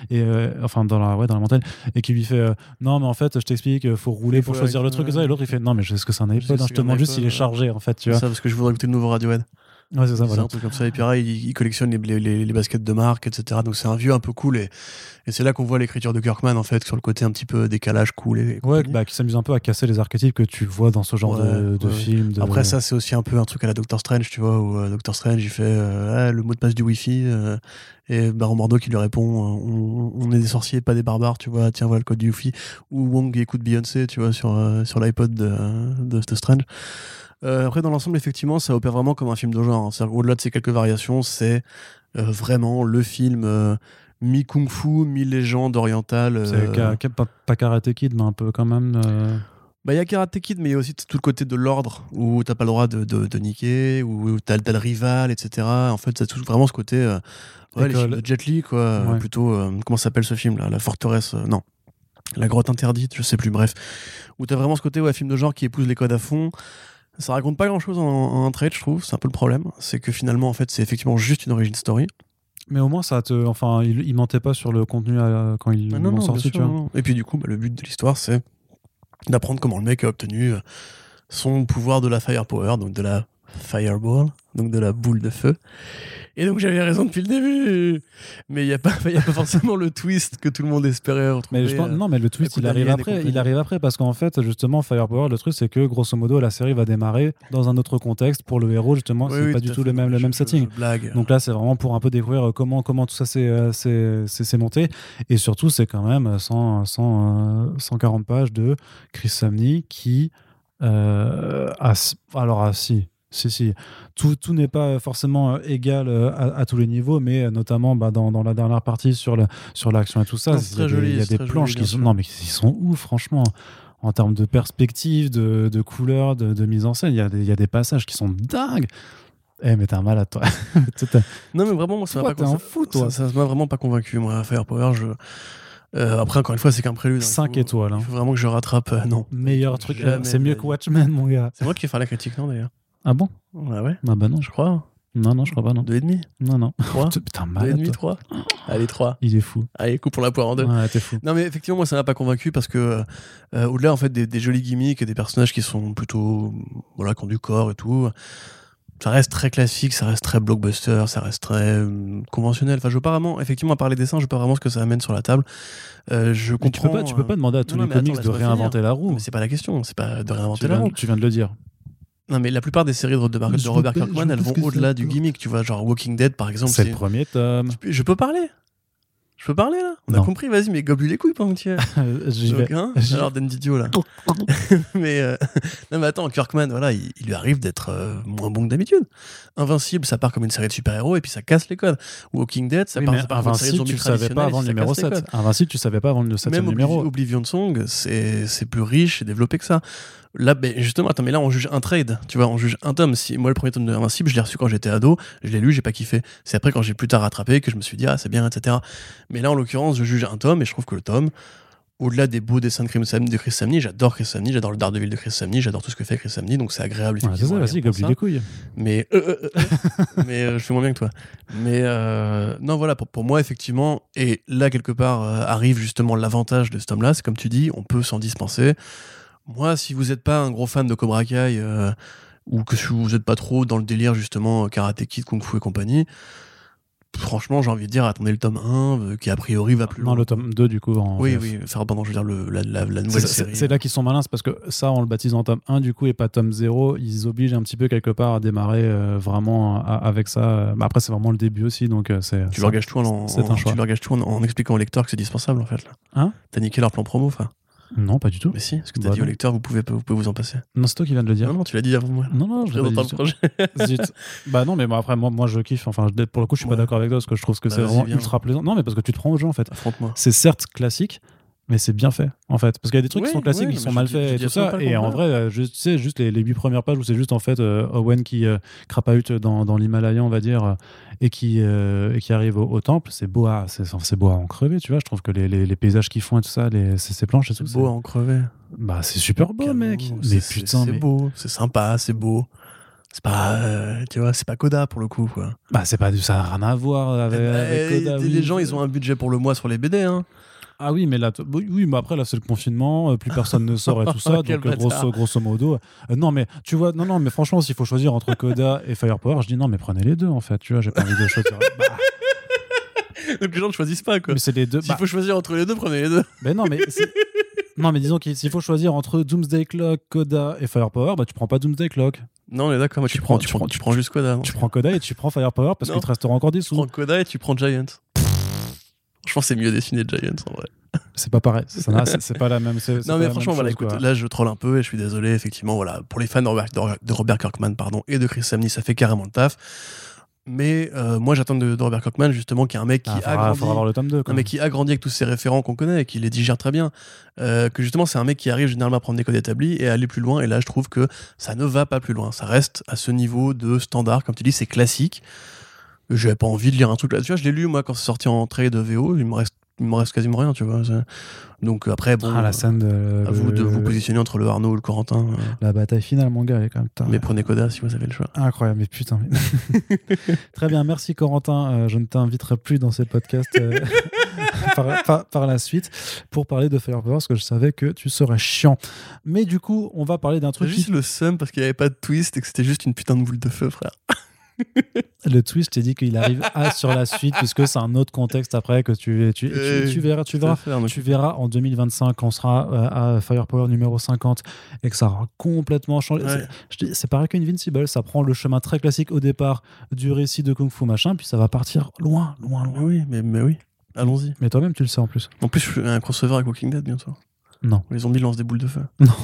et euh, enfin dans la ouais dans la montagne et qui lui fait euh, non mais en fait je t'explique faut rouler pour choisir le truc et ça et l'autre il fait non mais je sais que c'est un iPod, hein, je te demande juste s'il est chargé en fait tu vois. Ça parce que je voudrais écouter le nouveau Radiohead. Ouais, c'est ça, c'est voilà. un truc comme ça. Et puis, pareil, il, il collectionne les, les, les baskets de marque, et cetera. Donc, c'est un vieux un peu cool. Et, et c'est là qu'on voit l'écriture de Kirkman, en fait, sur le côté un petit peu décalage, cool. Et, et ouais, bah, qui s'amuse un peu à casser les archétypes que tu vois dans ce genre ouais, de, de ouais. film. De... Après, ça, c'est aussi un peu un truc à la Doctor Strange, tu vois, où euh, Doctor Strange, il fait euh, ah, le mot de passe du Wi-Fi. Euh, et Baron Mordo qui lui répond on, on est des sorciers, pas des barbares, tu vois, tiens, voilà le code du Wi-Fi. Ou Wong écoute Beyoncé, tu vois, sur, euh, sur l'iPod de, de, de Strange. Euh, après, dans l'ensemble, effectivement, ça opère vraiment comme un film de genre. C'est-à-dire, au-delà de ces quelques variations, c'est euh, vraiment le film euh, mi-kung-fu, mi-légende orientale. Euh... C'est ca- ca- pas, pas Karate Kid, mais un peu quand même. Euh... Bah, il y a Karate Kid, mais il y a aussi tout le côté de l'ordre, où t'as pas le droit de, de, de niquer, où t'as, t'as le rival, et cetera. En fait, c'est tout, vraiment ce côté... Euh, ouais, les films de Jet Li, quoi. Ouais. Plutôt... Euh, comment s'appelle ce film, là La forteresse... Euh, non. La grotte interdite, je sais plus, bref. Où t'as vraiment ce côté, ouais, film de genre qui épouse les codes à fond. Ça raconte pas grand chose en, en un trade, je trouve. C'est un peu le problème. C'est que finalement, en fait, c'est effectivement juste une origin story. Mais au moins, ça te. Enfin, il, il mentait pas sur le contenu à, quand ils ah non, l'ont non, sorti, tu sûr, vois. Non. Et puis, du coup, bah, le but de l'histoire, c'est d'apprendre comment le mec a obtenu son pouvoir de la firepower, donc de la fireball, donc de la boule de feu. Et donc j'avais raison depuis le début, mais il n'y a pas, il y a pas forcément le twist que tout le monde espérait retrouver. Mais je pense, non, mais le twist il arrive après. Il arrive après parce qu'en fait, justement, Firepower, le truc c'est que grosso modo la série va démarrer dans un autre contexte pour le héros justement. Oui, c'est oui, pas du tout, tout le même, le même je, setting. Je blague. Donc là, c'est vraiment pour un peu découvrir comment comment tout ça s'est c'est, c'est, c'est monté. Et surtout, c'est quand même cent, cent, cent quarante pages de Chris Samnee qui euh, a, alors ah, si. Si, si. Tout, tout n'est pas forcément égal à, à tous les niveaux, mais notamment bah, dans, dans la dernière partie sur, le, sur l'action et tout ça, il y a des, il y a des planches joli, qui sont... Non, mais ils sont ouf, franchement. En termes de perspective, de, de couleur, de, de mise en scène, il y a des, il y a des passages qui sont dingues. Eh, mais t'es un malade, toi. Non, mais vraiment, moi, ça toi, m'a pas un fou, toi. Ça, ça m'a vraiment pas convaincu, moi, Firepower, je... Euh, après, encore une fois, c'est qu'un prélude. cinq étoiles. Hein. Il faut vraiment que je rattrape. Euh, non. Meilleur truc. Euh, c'est mieux que Watchmen, mon gars. C'est moi qui vais faire la critique, non, d'ailleurs. Ah bon? Ah ouais. Ah bah non. Je crois. Non, non, je crois pas, non. Deux et demi. Non, non. Trois. Putain, malade. Deux et demi, trois. Allez, trois. Il est fou. Allez, coupe pour la poire en deux. Ouais, t'es fou. Non, mais effectivement, moi, ça m'a pas convaincu parce que, euh, au-delà, en fait, des, des jolis gimmicks et des personnages qui sont plutôt, voilà, qui ont du corps et tout, ça reste très classique, ça reste très blockbuster, ça reste très euh, conventionnel. Enfin, je veux pas vraiment, effectivement, à part les dessins, je veux pas vraiment ce que ça amène sur la table. Euh, je comprends. Tu peux pas, tu peux pas demander à tous non, les comics attends, de réinventer la roue. Mais c'est pas la question, c'est pas de réinventer tu la viens, roue. Tu viens de le dire. Non, mais la plupart des séries de, de, de Robert Kirkman, elles vont au-delà du gimmick, tu vois, genre Walking Dead, par exemple. C'est, c'est... le premier tome. Je peux parler Je peux parler, là On non. a compris, vas-y, mais gobe-lui les couilles pendant que tu es. J'y vais. Hein alors, Dan Didio, là. mais, euh... non, mais attends, Kirkman, voilà, il, il lui arrive d'être euh, moins bon que d'habitude. Invincible, ça part comme une série de super-héros et puis ça casse les codes. Walking Dead, ça oui, part, ça part comme une série de zombies traditionnelle. Tu savais pas avant le numéro sept. Invincible, tu savais pas avant le septième numéro. Même Oblivion Song, c'est, c'est plus riche et développé que ça. Là, ben justement, attends, mais là, on juge un trade, tu vois, on juge un tome. Si, moi, le premier tome de Invincible, je l'ai reçu quand j'étais ado, je l'ai lu, j'ai pas kiffé. C'est après, quand j'ai plus tard rattrapé, que je me suis dit, ah, c'est bien, et cetera. Mais là, en l'occurrence, je juge un tome et je trouve que le tome, au-delà des beaux dessins de Chris Samnee, j'adore Chris Samnee, j'adore le Daredevil de Chris Samnee, j'adore tout ce que fait Chris Samnee, donc c'est agréable. Ouais, c'est ça, vas-y, gobe-lui les couilles. Mais, euh, euh, euh, mais euh, je fais moins bien que toi. Mais euh, non, voilà, pour, pour moi, effectivement, et là, quelque part, euh, arrive justement l'avantage de ce tome-là, c'est comme tu dis, on peut s'en dispenser. Moi, si vous n'êtes pas un gros fan de Cobra Kai, euh, ou que vous n'êtes pas trop dans le délire, justement, Karate Kid, Kung Fu et compagnie, franchement, j'ai envie de dire, attendez le tome un, euh, qui a priori va plus non, loin. Non, le tome deux, du coup. En oui, oui, enfin, pardon, je veux dire, le, la, la, la nouvelle c'est, série. C'est, c'est là qu'ils sont malins, c'est parce que ça, en le baptisant en tome un, du coup, et pas tome zéro, ils obligent un petit peu, quelque part, à démarrer euh, vraiment à, avec ça. Mais après, c'est vraiment le début aussi, donc euh, c'est... Tu leur gages tout, en, c'est en, un choix. Tu leur gages tout en, en expliquant au lecteur que c'est dispensable, en fait. Là. Hein T'as niqué leur plan promo, frère. Non, pas du tout. Mais si, parce que t'as bah dit non. au lecteur, vous pouvez, vous pouvez vous en passer. Non, c'est toi qui viens de le dire. Non, non, tu l'as dit avant moi. Non, non, je l'ai pas dit. Le projet. Zut. Bah non, mais bon, après, moi, moi, je kiffe. Enfin, je, pour le coup, je suis ouais. pas d'accord avec toi parce que je trouve que bah, c'est vraiment bien. Ultra plaisant. Non, mais parce que tu te prends au jeu, en fait. Affronte-moi. C'est certes classique, mais c'est bien fait, en fait. Parce qu'il y a des trucs ouais, qui sont classiques, ouais, qui sont mal faits et tout ça. Et en vrai, tu sais, juste les, les huit premières pages où c'est juste, en fait, euh, Owen qui euh, crapahute dans, dans l'Himalaya, on va dire, euh, et, qui, euh, et qui arrive au, au temple, c'est beau, à, c'est, c'est beau à en crever, tu vois. Je trouve que les, les, les paysages qu'ils font et tout ça, les, ces, ces planches et tout. C'est beau à en crever. Bah, c'est super beau, Canon, mec. C'est, mais c'est, putain, c'est mais... beau, c'est sympa, c'est beau. C'est pas, euh, tu vois, c'est pas Coda pour le coup, quoi. Bah, c'est pas du, ça n'a rien à voir avec, Bah, avec Coda. les Oui. gens, ils ont un budget pour le mois sur les B D, hein. Ah oui, mais là, t- oui, oui, mais après là, c'est le confinement, euh, plus personne ne sort et tout ça, Quel donc euh, grosso, bâtard. grosso modo. euh, non, mais tu vois, non, non, mais franchement, s'il faut choisir entre Coda et Firepower, je dis non, mais prenez les deux en fait. Tu vois, j'ai pas envie de choisir. Bah, Donc les gens ne choisissent pas, quoi. mais c'est les deux. S'il Bah, faut choisir entre les deux, prenez les deux. mais non, mais c'est- non, mais disons qu'il s'il faut choisir entre Doomsday Clock, Coda et Firepower, bah tu prends pas Doomsday Clock. Non, on est d'accord, moi, tu, Tu prends, prends- tu, tu prends, prends- tu prends juste Coda. Tu prends Coda et tu prends Firepower parce Non. qu'il te restera encore des Tu sous. prends Coda et tu prends Giant. Franchement, c'est mieux dessiné Giant, en vrai. C'est pas pareil. Ça n'a- c'est c'est pas la même. c'est- c'est Non pas mais la franchement même voilà, chose, écoute, quoi. là je troll un peu et je suis désolé, effectivement voilà, pour les fans de Robert, de Robert Kirkman pardon et de Chris Samney, ça fait carrément le taf. Mais euh, moi j'attends de, de Robert Kirkman justement qui est un mec qui Ah, a faudra, grandi, faudra avoir le tome deux. Quoi. non, mais qui a grandi avec tous ces référents qu'on connaît et qui les digère très bien. Euh, que justement c'est un mec qui arrive généralement à prendre des codes établis et à aller plus loin. Et là je trouve que ça ne va pas plus loin. Ça reste à ce niveau de standard, comme tu dis, c'est classique. J'avais pas envie de lire un truc là-dessus. Je l'ai lu moi quand c'est sorti en trade de V O. Il me reste il me reste quasiment rien, tu vois. C'est- Donc après, bon, Ah, la scène de. à vous de le- vous positionner entre le Arnaud ou le Corentin. euh, La bataille finale, mon gars, elle est quand même. putain, mais prenez Coda si vous avez le choix. Incroyable, mais putain. mais- Très bien, merci Corentin. Euh, je ne t'inviterai plus dans ces podcasts euh, par, par- par la suite pour parler de Firepower parce que je savais que tu serais chiant. Mais du coup, on va parler d'un J'ai truc. juste Qui... le seum parce qu'il n'y avait pas de twist et que c'était juste une putain de boule de feu, frère. Le twist, je t'ai dit qu'il arrive à sur la suite puisque c'est un autre contexte après que tu, tu, tu, Euh, tu verras. Tu verras. Faire, donc- Tu verras en deux mille vingt-cinq quand on sera euh, à Firepower numéro cinquante et que ça aura complètement changé. Ouais. C'est- je te dis, C'est pareil qu'Invincible, ça prend le chemin très classique au départ du récit de Kung Fu machin, puis ça va partir loin, loin, loin. Oui, mais, mais oui, allons-y. Mais toi-même, tu le sais en plus. En plus, je fais un crossover avec Walking Dead bientôt. Non, Les zombies lancent des boules de feu.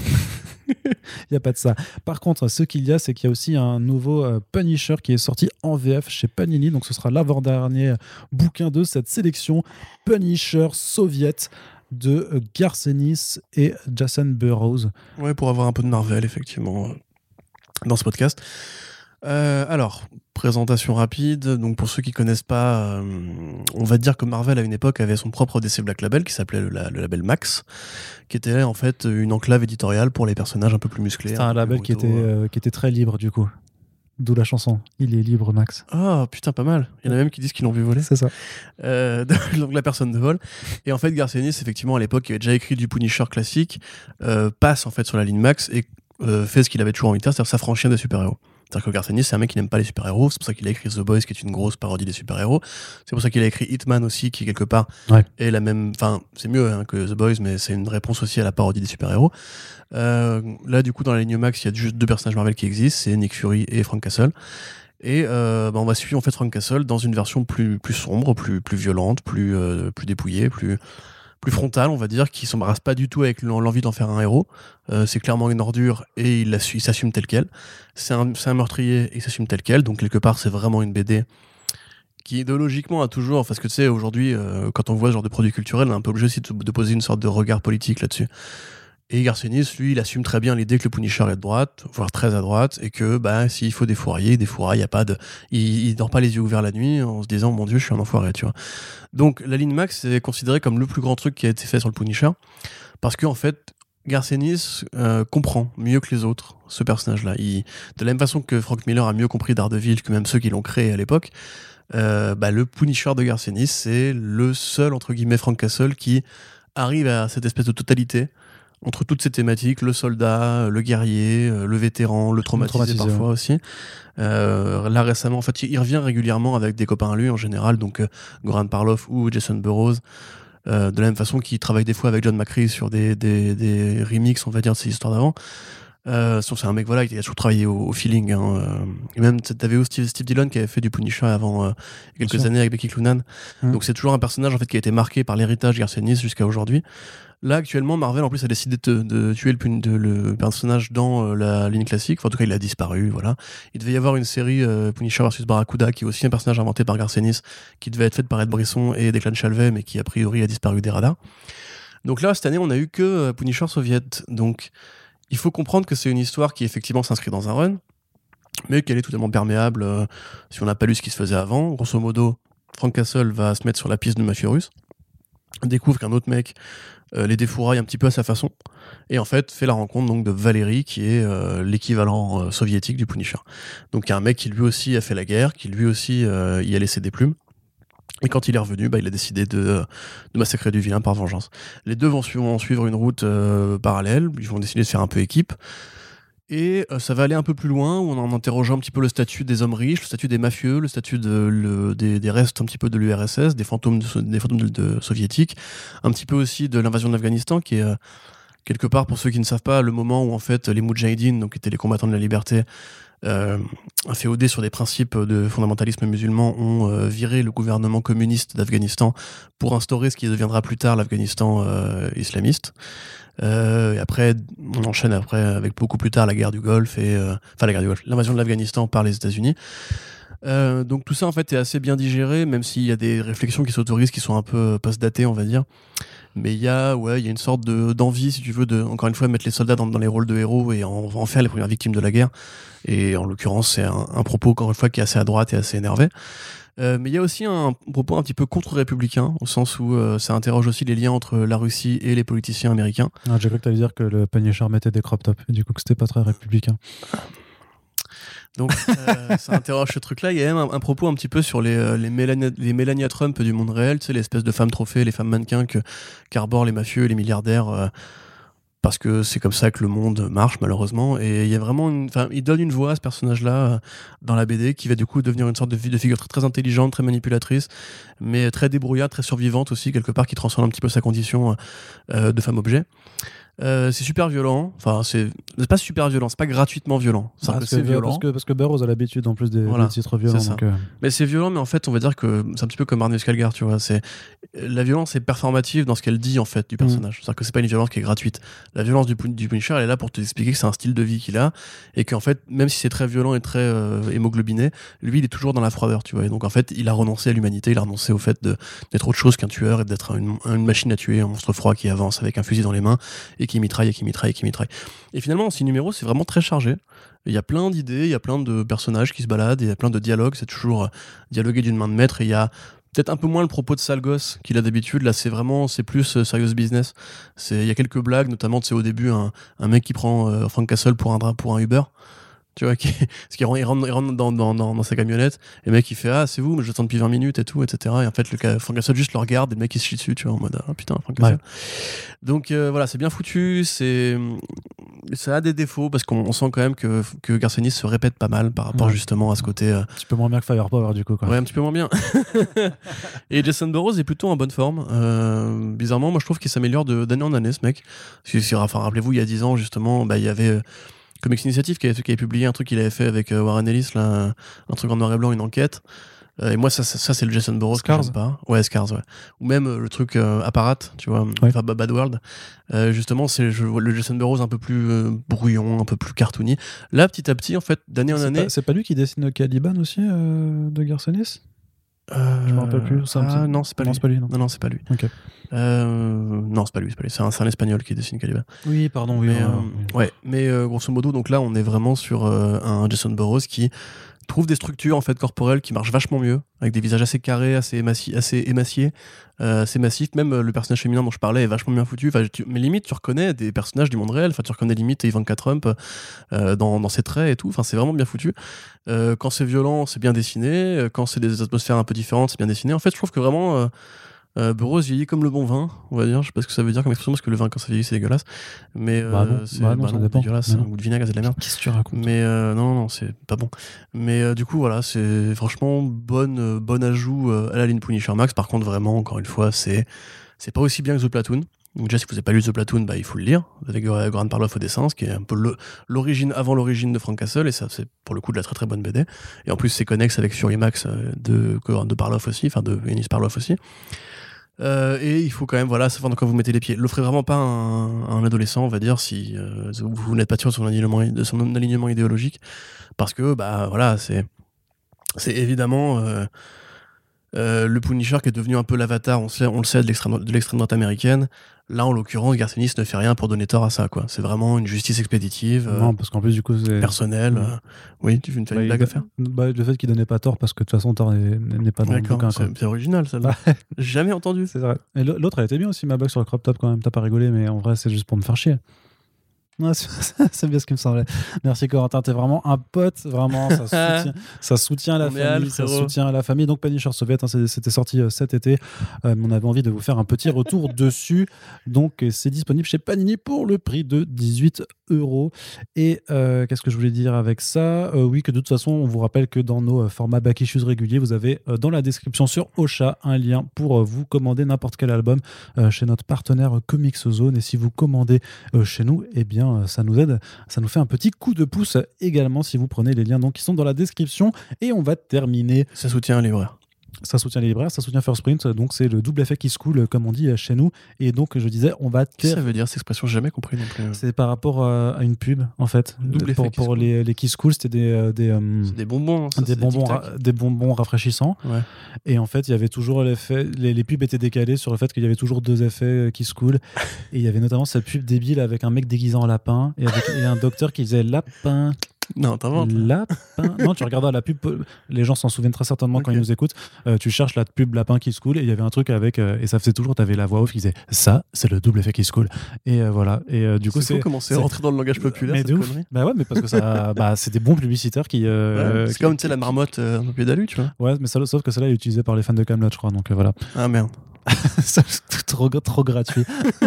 il n'y a pas de ça. Par contre, ce qu'il y a, c'est qu'il y a aussi un nouveau euh, Punisher qui est sorti en V F chez Panini. Donc, ce sera l'avant-dernier bouquin de cette sélection Punisher soviète de euh, Garth Ennis et Jason Burrows. Ouais, pour avoir un peu de Marvel, effectivement, euh, dans ce podcast. Euh, alors, présentation rapide. Donc, pour ceux qui connaissent pas, euh, on va dire que Marvel à une époque avait son propre D C Black Label qui s'appelait le, la- le label Max, qui était en fait une enclave éditoriale pour les personnages un peu plus musclés. C'était un peu label plus qui était, brutaux. euh, qui était très libre, du coup. D'où la chanson. Il est libre, Max. Ah putain, pas mal. Il y en a même qui disent qu'ils l'ont vu voler. C'est ça. Euh, donc la personne de vol. Et en fait, Garth Ennis, effectivement, à l'époque, qui avait déjà écrit du Punisher classique, euh, passe en fait sur la ligne Max et euh, fait ce qu'il avait toujours envie de faire, c'est-à-dire s'affranchir des super-héros. C'est-à-dire que Garth Ennis, c'est un mec qui n'aime pas les super-héros, c'est pour ça qu'il a écrit The Boys, qui est une grosse parodie des super-héros. C'est pour ça qu'il a écrit Hitman aussi, qui quelque part Ouais. est la même. Enfin, c'est mieux hein, que The Boys, mais c'est une réponse aussi à la parodie des super-héros. Euh, là, du coup, dans la ligne Max, il y a juste deux personnages Marvel qui existent, c'est Nick Fury et Frank Castle. Et euh, bah, on va suivre en fait Frank Castle dans une version plus, plus sombre, plus, plus violente, plus, euh, plus dépouillée, plus, plus frontale, on va dire, qui s'embarrasse pas du tout avec l'en- l'envie d'en faire un héros. Euh, c'est clairement une ordure et il, l'assu- il s'assume tel quel. C'est un, c'est un meurtrier et il s'assume tel quel. Donc quelque part, c'est vraiment une B D qui idéologiquement a toujours, parce que tu sais, aujourd'hui, euh, quand on voit ce genre de produit culturel, on est un peu obligé aussi de, de poser une sorte de regard politique là-dessus. Et Garth Ennis, lui, il assume très bien l'idée que le Punisher est de droite, voire très à droite, et que bah, s'il faut des fourriers, des fourrailles, il y a pas de, il, il dort pas les yeux ouverts la nuit en se disant mon Dieu, je suis un enfoiré, tu vois. Donc la ligne Max est considérée comme le plus grand truc qui a été fait sur le Punisher, parce que en fait, Garth Ennis euh, comprend mieux que les autres ce personnage-là. Il, de la même façon que Frank Miller a mieux compris Daredevil que même ceux qui l'ont créé à l'époque. Euh, bah, le Punisher de Garth Ennis, c'est le seul entre guillemets Frank Castle qui arrive à cette espèce de totalité entre toutes ces thématiques, le soldat, le guerrier, le vétéran, le traumatisé, traumatisé, parfois ouais. aussi. Euh, là récemment, en fait, il revient régulièrement avec des copains à lui en général, donc euh, Goran Parloff ou Jason Burrows. Euh, de la même façon qu'il travaille des fois avec John McCree sur des, des, des remixes, on va dire, de ces histoires d'avant. Euh, sauf c'est un mec voilà, il a toujours travaillé au, au feeling. Hein, euh, et même t'avais aussi Steve, Steve Dillon qui avait fait du Punisher avant euh, quelques Bien sûr. années avec Becky Cloonan. Mmh. Donc c'est toujours un personnage en fait qui a été marqué par l'héritage Garth Ennis jusqu'à aujourd'hui. Là actuellement Marvel en plus a décidé de, de tuer le, pun- de, le personnage dans euh, la ligne classique. Enfin, en tout cas il a disparu. Voilà. Il devait y avoir une série euh, Punisher versus Barracuda qui est aussi un personnage inventé par Garth Ennis qui devait être faite par Ed Brisson et Declan Shalvey mais qui a priori a disparu des radars. Donc là cette année on a eu que euh, Punisher soviète. Donc il faut comprendre que c'est une histoire qui effectivement s'inscrit dans un run, mais qu'elle est totalement perméable euh, si on n'a pas lu ce qui se faisait avant. Grosso modo, Frank Castle va se mettre sur la piste de Mafieux russe, découvre qu'un autre mec euh, les défouraille un petit peu à sa façon, et en fait fait la rencontre donc de Valérie, qui est euh, l'équivalent euh, soviétique du Punisher. Donc il y a un mec qui lui aussi a fait la guerre, qui lui aussi euh, y a laissé des plumes. Et quand il est revenu, bah, il a décidé de, de massacrer du vilain par vengeance. Les deux vont, su- vont suivre une route euh, parallèle, ils vont décider de faire un peu équipe. Et euh, ça va aller un peu plus loin, où on en interrogeant un petit peu le statut des hommes riches, le statut des mafieux, le statut de, le, des, des restes un petit peu de l'U R S S, des fantômes, de, des fantômes de, de soviétiques, un petit peu aussi de l'invasion de l'Afghanistan, qui est euh, quelque part, pour ceux qui ne savent pas, le moment où en fait les Moudjahidines, donc qui étaient les combattants de la liberté, euh, féodés sur des principes de fondamentalisme musulman, ont euh, viré le gouvernement communiste d'Afghanistan pour instaurer ce qui deviendra plus tard l'Afghanistan euh, islamiste. Euh, et après, on enchaîne après avec beaucoup plus tard la guerre du Golfe et euh, enfin la guerre du Golfe, l'invasion de l'Afghanistan par les États-Unis. Euh, donc tout ça en fait est assez bien digéré, même s'il y a des réflexions qui s'autorisent qui sont un peu post-datées, on va dire. Mais il y a ouais, il y a une sorte de d'envie, si tu veux, de encore une fois mettre les soldats dans, dans les rôles de héros et en, en faire les premières victimes de la guerre. Et en l'occurrence, c'est un, un propos encore une fois qui est assez à droite et assez énervé. Euh, mais il y a aussi un propos un petit peu contre-républicain, au sens où euh, ça interroge aussi les liens entre la Russie et les politiciens américains. Ah, j'ai cru que tu allais dire que le Punisher mettait des crop tops, et du coup que c'était pas très républicain. Donc euh, ça interroge ce truc-là. Il y a même un, un propos un petit peu sur les, euh, les, Melania, les Melania Trump du monde réel, tu sais, l'espèce de femmes trophées, les femmes mannequins que, qu'arborent les mafieux et les milliardaires, euh, parce que c'est comme ça que le monde marche malheureusement. Et il y a vraiment, enfin, il donne une voix à ce personnage-là euh, dans la B D, qui va du coup devenir une sorte de, de figure très, très intelligente, très manipulatrice, mais très débrouillarde, très survivante aussi quelque part, qui transforme un petit peu sa condition euh, de femme-objet. Euh, c'est super violent, enfin c'est, c'est pas super violent, c'est pas gratuitement violent, c'est, Ah, que parce, c'est que, violent. parce que parce que Burroughs a l'habitude en plus des, Voilà, des titres violents. c'est ça. Donc, euh... Mais c'est violent, mais en fait on va dire que c'est un petit peu comme Arne Skalgar, tu vois. C'est la violence est performative dans ce qu'elle dit en fait du personnage. Mm. C'est-à-dire que c'est pas une violence qui est gratuite. La violence du, du Punisher, elle est là pour te expliquer que c'est un style de vie qu'il a et qu'en fait même si c'est très violent et très euh, hémoglobiné, lui il est toujours dans la froideur, tu vois. Et donc en fait il a renoncé à l'humanité, il a renoncé au fait de, d'être autre chose qu'un tueur et d'être une, une machine à tuer, un monstre froid qui avance avec un fusil dans les mains et qui mitraille et qui mitraille et qui mitraille. Et finalement, six numéros, c'est vraiment très chargé. Il y a plein d'idées, il y a plein de personnages qui se baladent, il y a plein de dialogues, c'est toujours euh, dialogué d'une main de maître, et il y a peut-être un peu moins le propos de sale gosse qu'il a d'habitude. Là, c'est vraiment, c'est plus euh, serious business. C'est, il y a quelques blagues, notamment, c'est au début, un, un mec qui prend euh, Frank Castle pour un, pour un Uber. Tu vois, qui, parce qu'il rentre, il rentre, il rentre dans, dans, dans, dans sa camionnette, et le mec il fait ah c'est vous, mais je attends depuis vingt minutes et tout, et cetera. Et en fait, le Frank Castle juste le regarde, et le mec il se chie dessus, tu vois, en mode ah putain, Frank Castle. Ouais. Donc euh, voilà, c'est bien foutu, c'est, ça a des défauts, parce qu'on on sent quand même que, que Garcenis se répète pas mal par rapport ouais. justement à ce côté. Euh... Un petit peu moins bien que Firepower du coup, quoi. Ouais, un petit peu moins bien. Et Jason Burroughs est plutôt en bonne forme. Euh, bizarrement, moi je trouve qu'il s'améliore de, d'année en année, ce mec. Parce que, enfin, rappelez-vous, il y a dix ans, justement, bah, il y avait. Euh, Comics Initiative qui avait, qui avait publié un truc qu'il avait fait avec euh, Warren Ellis, là, un truc en noir et blanc, une enquête. Euh, et moi, ça, ça, ça c'est le Jason Burroughs Scars. Que j'aime pas. Ouais, Scars, ouais. Ou même euh, le truc euh, Apparat, tu vois, ouais. Enfin Bad World. Euh, justement, c'est je, le Jason Burroughs un peu plus euh, brouillon, un peu plus cartoony. Là, petit à petit, en fait, d'année c'est en année. Pas, c'est pas lui qui dessine Caliban aussi, euh, de Garcenis euh, Je me rappelle plus. C'est un ah, petit... non, c'est pas non, lui. C'est pas lui non. non, non, c'est pas lui. Ok. Euh, non, c'est pas lui, c'est pas lui. C'est un, c'est un espagnol qui dessine Caliban. Oui, pardon. Oui, mais, ouais, euh, oui. ouais, mais euh, grosso modo, donc là, on est vraiment sur euh, un Jason Burroughs qui trouve des structures en fait corporelles qui marchent vachement mieux, avec des visages assez carrés, assez, émaci- assez émaciés, euh, assez massifs. Même euh, le personnage féminin dont je parlais est vachement bien foutu. Enfin, tu, mais limite, tu reconnais des personnages du monde réel. Enfin, tu reconnais limite Ivanka Trump euh, dans, dans ses traits et tout. Enfin, c'est vraiment bien foutu. Euh, quand c'est violent, c'est bien dessiné. Quand c'est des atmosphères un peu différentes, c'est bien dessiné. En fait, je trouve que vraiment euh, euh, Burroughs vieillit comme le bon vin, on va dire. Je sais pas ce que ça veut dire comme expression, parce que le vin, quand ça vieillit, c'est dégueulasse. Mais euh, bah non, c'est bah non, bah ça non, dépend. dégueulasse. Un goût de vinaigre, c'est de la merde. Qu'est-ce que tu racontes ? Mais euh, non, non, c'est pas bon. Mais euh, du coup, voilà, c'est franchement bonne, euh, bon ajout euh, à la ligne Punisher Max. Par contre, vraiment, encore une fois, c'est, c'est pas aussi bien que The Platoon. Donc déjà, si vous n'avez pas lu The Platoon, bah, il faut le lire, avec Goran Parloff au dessin, ce qui est un peu le, l'origine avant l'origine de Frank Castle, et ça, c'est pour le coup de la très très bonne B D. Et en plus, c'est connexe avec Fury Max euh, de, de Parloff aussi, enfin de Yanis Parloff aussi. Euh, et il faut quand même, voilà, savoir dans quoi vous mettez les pieds. Le ferez vraiment pas un, un adolescent, on va dire, si euh, vous n'êtes pas sûr de son alignement, de son alignement idéologique, parce que, bah voilà, c'est, c'est évidemment. Euh, Euh, le Punisher qui est devenu un peu l'avatar, on, sait, on le sait, de l'extrême, de l'extrême droite américaine. Là, en l'occurrence, Garth Ennis ne fait rien pour donner tort à ça, quoi. C'est vraiment une justice expéditive. Euh, non, parce qu'en plus, du coup, c'est. Personnelle. Mmh. Euh, oui, tu veux une, Bah, une blague il- à faire bah, le fait qu'il donnait pas tort, parce que de toute façon, tort n'est, n'est pas dans le D'accord, bouquin. Quoi. c'est, c'est original, celle-là. J'ai jamais entendu. C'est vrai. Et l'autre, elle était bien aussi, ma blague sur le crop top, quand même. T'as pas rigolé, mais en vrai, c'est juste pour me faire chier. Ouais, c'est, c'est bien ce qui me semblait. Merci Corentin, t'es vraiment un pote, vraiment, ça soutient, ça soutient la On est famille, Al, ça frérot. soutient la famille. Donc Punisher Soviet, hein, c'est- c'était sorti euh, cet été, Euh, on avait envie de vous faire un petit retour dessus. Donc euh, c'est disponible chez Panini pour le prix de dix-huit euros. Et euh, qu'est-ce que je voulais dire avec ça Euh, Oui, que de toute façon, on vous rappelle que dans nos euh, formats back issues réguliers, vous avez euh, dans la description sur Ocha un lien pour euh, vous commander n'importe quel album euh, chez notre partenaire euh, Comics Zone. Et si vous commandez euh, chez nous, eh bien, euh, ça nous aide, ça nous fait un petit coup de pouce également si vous prenez les liens donc, qui sont dans la description. Et on va terminer. Ça soutient un libraire. Ça soutient les libraires, ça soutient First Print, donc c'est le double effet qui se coule, comme on dit euh, chez nous. Et donc, je disais, on va Qu'est-ce que ter- ça veut dire, cette expression? J'ai jamais compris non plus. C'est par rapport à, à une pub, en fait. Double pour effet Kiss pour Cool. les, les Kiss Cool, c'était des, euh, des, euh, C'est des bonbons. hein, ça, des, c'est bonbons Tic Tac. ra- des bonbons rafraîchissants. Ouais. Et en fait, il y avait toujours l'effet. Les, les pubs étaient décalées sur le fait qu'il y avait toujours deux effets euh, qui se coulent. Et il y avait notamment cette pub débile avec un mec déguisé en lapin et, avec, et un docteur qui disait lapin. Non, t'inventes. Lapin. Non, tu regardes la pub, les gens s'en souviennent très certainement quand Ok. ils nous écoutent. Euh, tu cherches la pub lapin qui se coule et il y avait un truc avec. euh, et ça faisait toujours, tu avais la voix off qui disait ça, c'est le double effet qui se coule. Et euh, voilà. Et euh, du coup, c'est c'est. fou comment c'est c'est- rentré dans le langage populaire, Mais cette de ouf. connerie. Bah ouais, mais parce que ça, bah, c'est des bons publicitaires qui. euh, Ouais, c'est qui- comme tu sais, la marmotte euh, un peu pédalue, tu vois. Ouais, mais ça, sauf que celle-là est utilisée par les fans de Camelot, je crois. Donc euh, voilà. Ah merde. Ça, c'est trop, trop gratuit.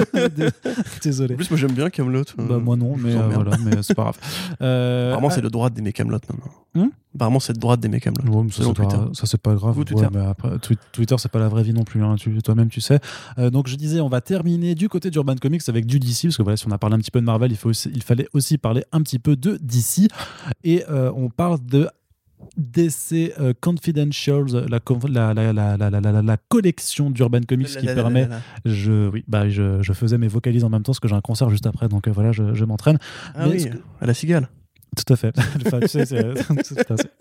Désolé. En plus, moi j'aime bien Camelot. Bah, moi non, mais euh, voilà, mais c'est pas grave. Euh, Apparemment, ah, c'est de droite d'aimer Camelot maintenant. Hmm Apparemment, c'est de droite d'aimer Camelot. ouais, mais ça, selon c'est pas, Twitter. ça, c'est pas grave. Ou Ouais, Twitter. mais après, twi- Twitter, c'est pas la vraie vie non plus. Hein, tu, toi-même, tu sais. Euh, donc, je disais, on va terminer du côté d'Urban Comics avec du D C, parce que voilà, si on a parlé un petit peu de Marvel, il, faut aussi, il fallait aussi parler un petit peu de D C. Et euh, on parle de D C euh, Confidentials, la, con- la, la, la, la, la, la, la collection d'Urban Comics qui Là, là, là, permet. là, là. Je, oui, bah, je, je faisais mes vocalises en même temps parce que j'ai un concert juste après, donc euh, voilà, je, je m'entraîne. Ah Mais oui, ce que- à la cigale. Tout à fait. Enfin, tu sais, c'est- c'est- putain, c'est-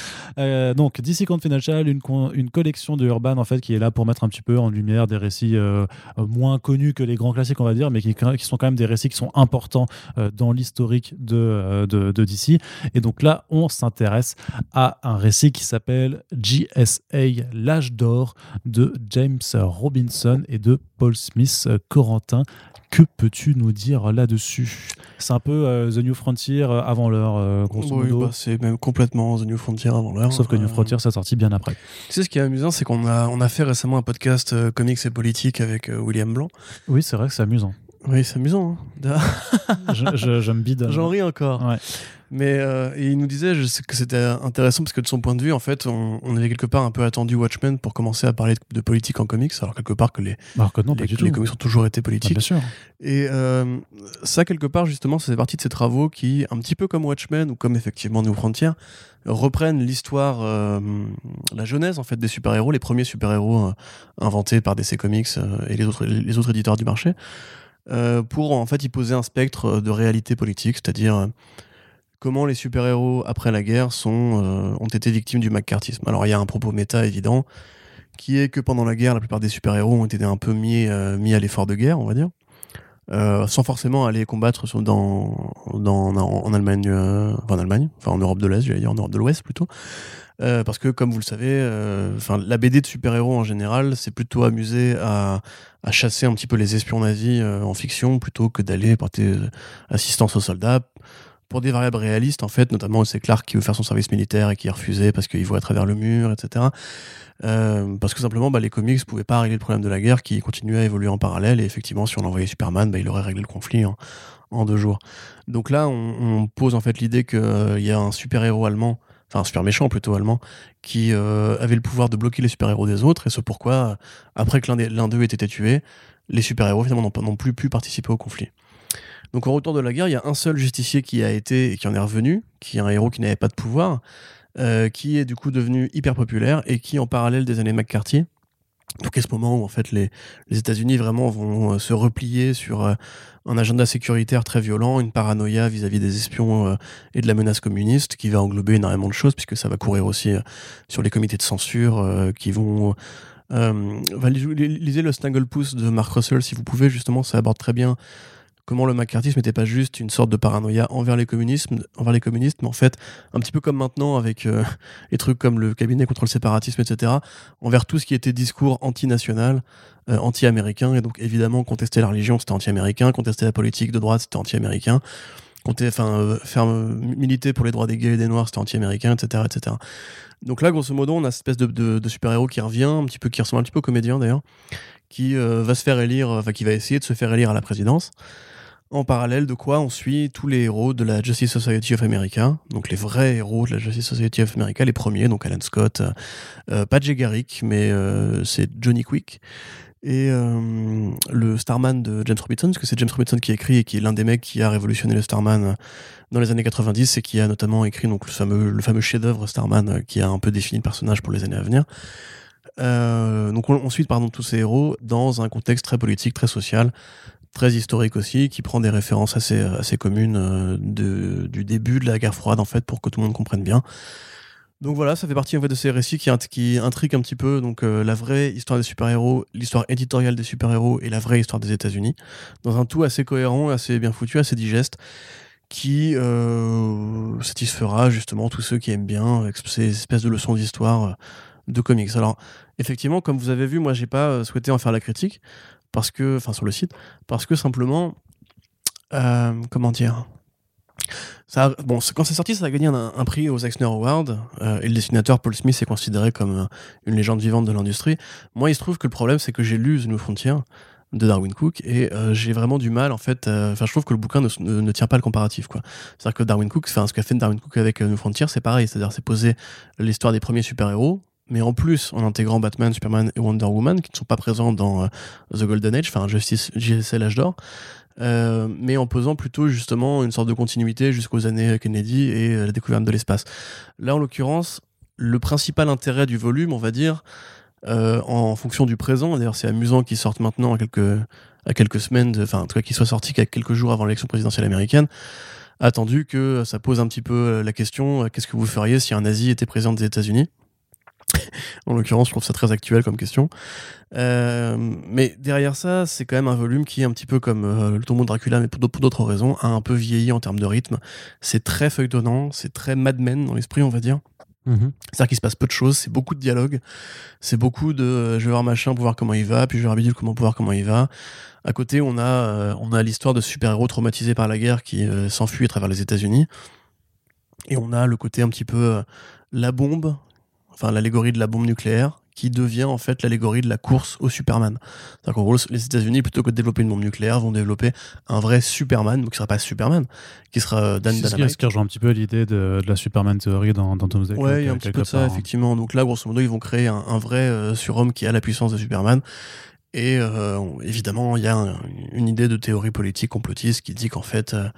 Euh, donc, D C Confidential, une, con- une collection de Urban en fait, qui est là pour mettre un petit peu en lumière des récits euh, euh, moins connus que les grands classiques, on va dire, mais qui, qui sont quand même des récits qui sont importants euh, dans l'historique de, euh, de, de D C. Et donc là, on s'intéresse à un récit qui s'appelle G S A, l'âge d'or de James Robinson et de Paul Smith. Euh, Corentin, que peux-tu nous dire là-dessus? C'est un peu euh, The New Frontier euh, avant l'heure, euh, grosso Oui, modo. bah, c'est même complètement The New Frontier avant l'heure. Sauf que New Euh, Frontier, ça sorti bien après. Tu sais, ce qui est amusant, c'est qu'on a, on a fait récemment un podcast euh, comics et politique avec euh, William Blanc. Oui, c'est vrai que c'est amusant. Oui, c'est amusant. Hein. je, je, je me bide. J'en ris encore. Ouais. Mais euh, et il nous disait je sais que c'était intéressant parce que de son point de vue, en fait, on, on avait quelque part un peu attendu Watchmen pour commencer à parler de, de politique en comics, alors quelque part que les, Alors que non, pas les, du tout. les comics ont toujours été Ah, politiques. bien sûr. Et euh, ça, quelque part, justement, ça fait partie de ces travaux qui, un petit peu comme Watchmen ou comme effectivement New Frontier, reprennent l'histoire, euh, la genèse en fait des super-héros, les premiers super-héros euh, inventés par D C Comics euh, et les autres, les autres éditeurs du marché, euh, pour en fait y poser un spectre de réalité politique, c'est-à-dire euh, comment les super-héros après la guerre sont, euh, ont été victimes du McCarthyisme. Alors il y a un propos méta évident qui est que pendant la guerre, la plupart des super-héros ont été un peu mis, euh, mis à l'effort de guerre, on va dire. Euh, sans forcément aller combattre sur, dans, dans, en, en Allemagne, euh, enfin en Allemagne, enfin en Europe de l'Est, j'allais dire en Europe de l'Ouest plutôt, euh, parce que comme vous le savez, euh, enfin la B D de super-héros en général, c'est plutôt amusé à, à chasser un petit peu les espions nazis euh, en fiction plutôt que d'aller porter euh, assistance aux soldats. Pour des variables réalistes, en fait, notamment c'est Clark qui veut faire son service militaire et qui est refusé parce qu'il voit à travers le mur, et cetera. Euh, parce que simplement, bah, les comics ne pouvaient pas régler le problème de la guerre qui continuait à évoluer en parallèle. Et effectivement, si on envoyait Superman, bah, il aurait réglé le conflit en, en deux jours. Donc là, on, on pose en fait l'idée qu'il euh, y a un super-héros allemand, enfin un super méchant plutôt allemand, qui euh, avait le pouvoir de bloquer les super-héros des autres. Et c'est pourquoi, après que l'un, des, l'un d'eux ait été tué, les super-héros finalement n'ont, n'ont plus pu participer au conflit. Donc au retour de la guerre, il y a un seul justicier qui a été et qui en est revenu, qui est un héros qui n'avait pas de pouvoir, euh, qui est du coup devenu hyper populaire et qui, en parallèle des années McCarthy, Donc à ce moment où en fait les, les États-Unis vraiment vont euh, se replier sur euh, un agenda sécuritaire très violent, une paranoïa vis-à-vis des espions euh, et de la menace communiste qui va englober énormément de choses puisque ça va courir aussi euh, sur les comités de censure euh, qui vont... Euh, va, lisez le Snagglepuss de Mark Russell si vous pouvez, justement ça aborde très bien comment le macartisme n'était pas juste une sorte de paranoïa envers les communistes, envers les communistes, mais en fait, un petit peu comme maintenant avec euh, les trucs comme le cabinet contre le séparatisme, et cetera, envers tout ce qui était discours anti-national, euh, anti-américain, et donc évidemment, contester la religion, c'était anti-américain, contester la politique de droite, c'était anti-américain, Compter, enfin, euh, faire euh, militer pour les droits des gays et des noirs, c'était anti-américain, et cetera, et cetera. Donc là, grosso modo, on a cette espèce de, de, de super-héros qui revient, un petit peu, qui ressemble un petit peu au comédien d'ailleurs, qui euh, va se faire élire, enfin, qui va essayer de se faire élire à la présidence. En parallèle de quoi on suit tous les héros de la Justice Society of America, donc les vrais héros de la Justice Society of America, les premiers, donc Alan Scott, euh, euh, pas Jay Garrick, mais euh, c'est Johnny Quick, et euh, le Starman de James Robinson, parce que c'est James Robinson qui a écrit et qui est l'un des mecs qui a révolutionné le Starman dans les années quatre-vingt-dix et qui a notamment écrit donc, le fameux, le fameux chef-d'œuvre Starman qui a un peu défini le personnage pour les années à venir. Euh, donc on, on suit pardon, tous ces héros dans un contexte très politique, très social, très historique aussi, qui prend des références assez, assez communes euh, de, du début de la guerre froide, en fait, pour que tout le monde comprenne bien. Donc voilà, ça fait partie en fait, de ces récits qui, qui intriguent un petit peu donc, euh, la vraie histoire des super-héros, l'histoire éditoriale des super-héros et la vraie histoire des États-Unis, dans un tout assez cohérent, assez bien foutu, assez digeste, qui euh, satisfera justement tous ceux qui aiment bien ces espèces de leçons d'histoire de comics. Alors, effectivement, comme vous avez vu, moi, j'ai pas souhaité en faire la critique, parce que, enfin sur le site, parce que simplement, euh, comment dire, ça a, bon, quand c'est sorti, ça a gagné un, un prix aux Eisner Awards, euh, et le dessinateur Paul Smith est considéré comme euh, une légende vivante de l'industrie. Moi, il se trouve que le problème, c'est que j'ai lu The New Frontier de Darwin Cook, et euh, j'ai vraiment du mal, en fait, enfin, euh, je trouve que le bouquin ne, ne, ne tient pas le comparatif, quoi. C'est-à-dire que Darwin Cook, enfin, ce qu'a fait Darwin Cook avec euh, New Frontier, c'est pareil, c'est-à-dire c'est poser l'histoire des premiers super-héros, mais en plus en intégrant Batman, Superman et Wonder Woman qui ne sont pas présents dans euh, The Golden Age, enfin Justice, J S L Âge d'Or, euh, mais en posant plutôt justement une sorte de continuité jusqu'aux années Kennedy et euh, la découverte de l'espace. Là en l'occurrence, le principal intérêt du volume, on va dire, euh, en fonction du présent, d'ailleurs c'est amusant qu'ils sortent maintenant à quelques, à quelques semaines, enfin en tout cas qu'ils soient sortis quelques jours avant l'élection présidentielle américaine, attendu que ça pose un petit peu la question, qu'est-ce que vous feriez si un nazi était président des États-Unis ? En l'occurrence, je trouve ça très actuel comme question. Euh, mais derrière ça, c'est quand même un volume qui, un petit peu comme euh, le Tombeau de Dracula, mais pour d'autres raisons, a un peu vieilli en termes de rythme. C'est très feuilletonnant, c'est très Mad Men dans l'esprit, on va dire. Mmh. C'est-à-dire qu'il se passe peu de choses, c'est beaucoup de dialogue, c'est beaucoup de euh, je vais voir machin pour voir comment il va, puis je vais voir bidule comment pour voir comment il va. À côté, on a, euh, on a l'histoire de super-héros traumatisés par la guerre qui euh, s'enfuient à travers les États-Unis. Et on a le côté un petit peu euh, la bombe, enfin l'allégorie de la bombe nucléaire, qui devient en fait l'allégorie de la course au Superman. C'est-à-dire qu'en gros, les États-Unis, plutôt que de développer une bombe nucléaire, vont développer un vrai Superman, donc qui sera pas Superman, qui sera Dan Dynamite. C'est ce qui rejoint un petit peu l'idée de, de la Superman théorie dans, dans Doomsday. Ouais, il y a un petit peu de ça, effectivement. Donc là, grosso modo, ils vont créer un, un vrai euh, surhomme qui a la puissance de Superman. Et euh, évidemment, il y a un, une idée de théorie politique complotiste qui dit qu'en fait, euh,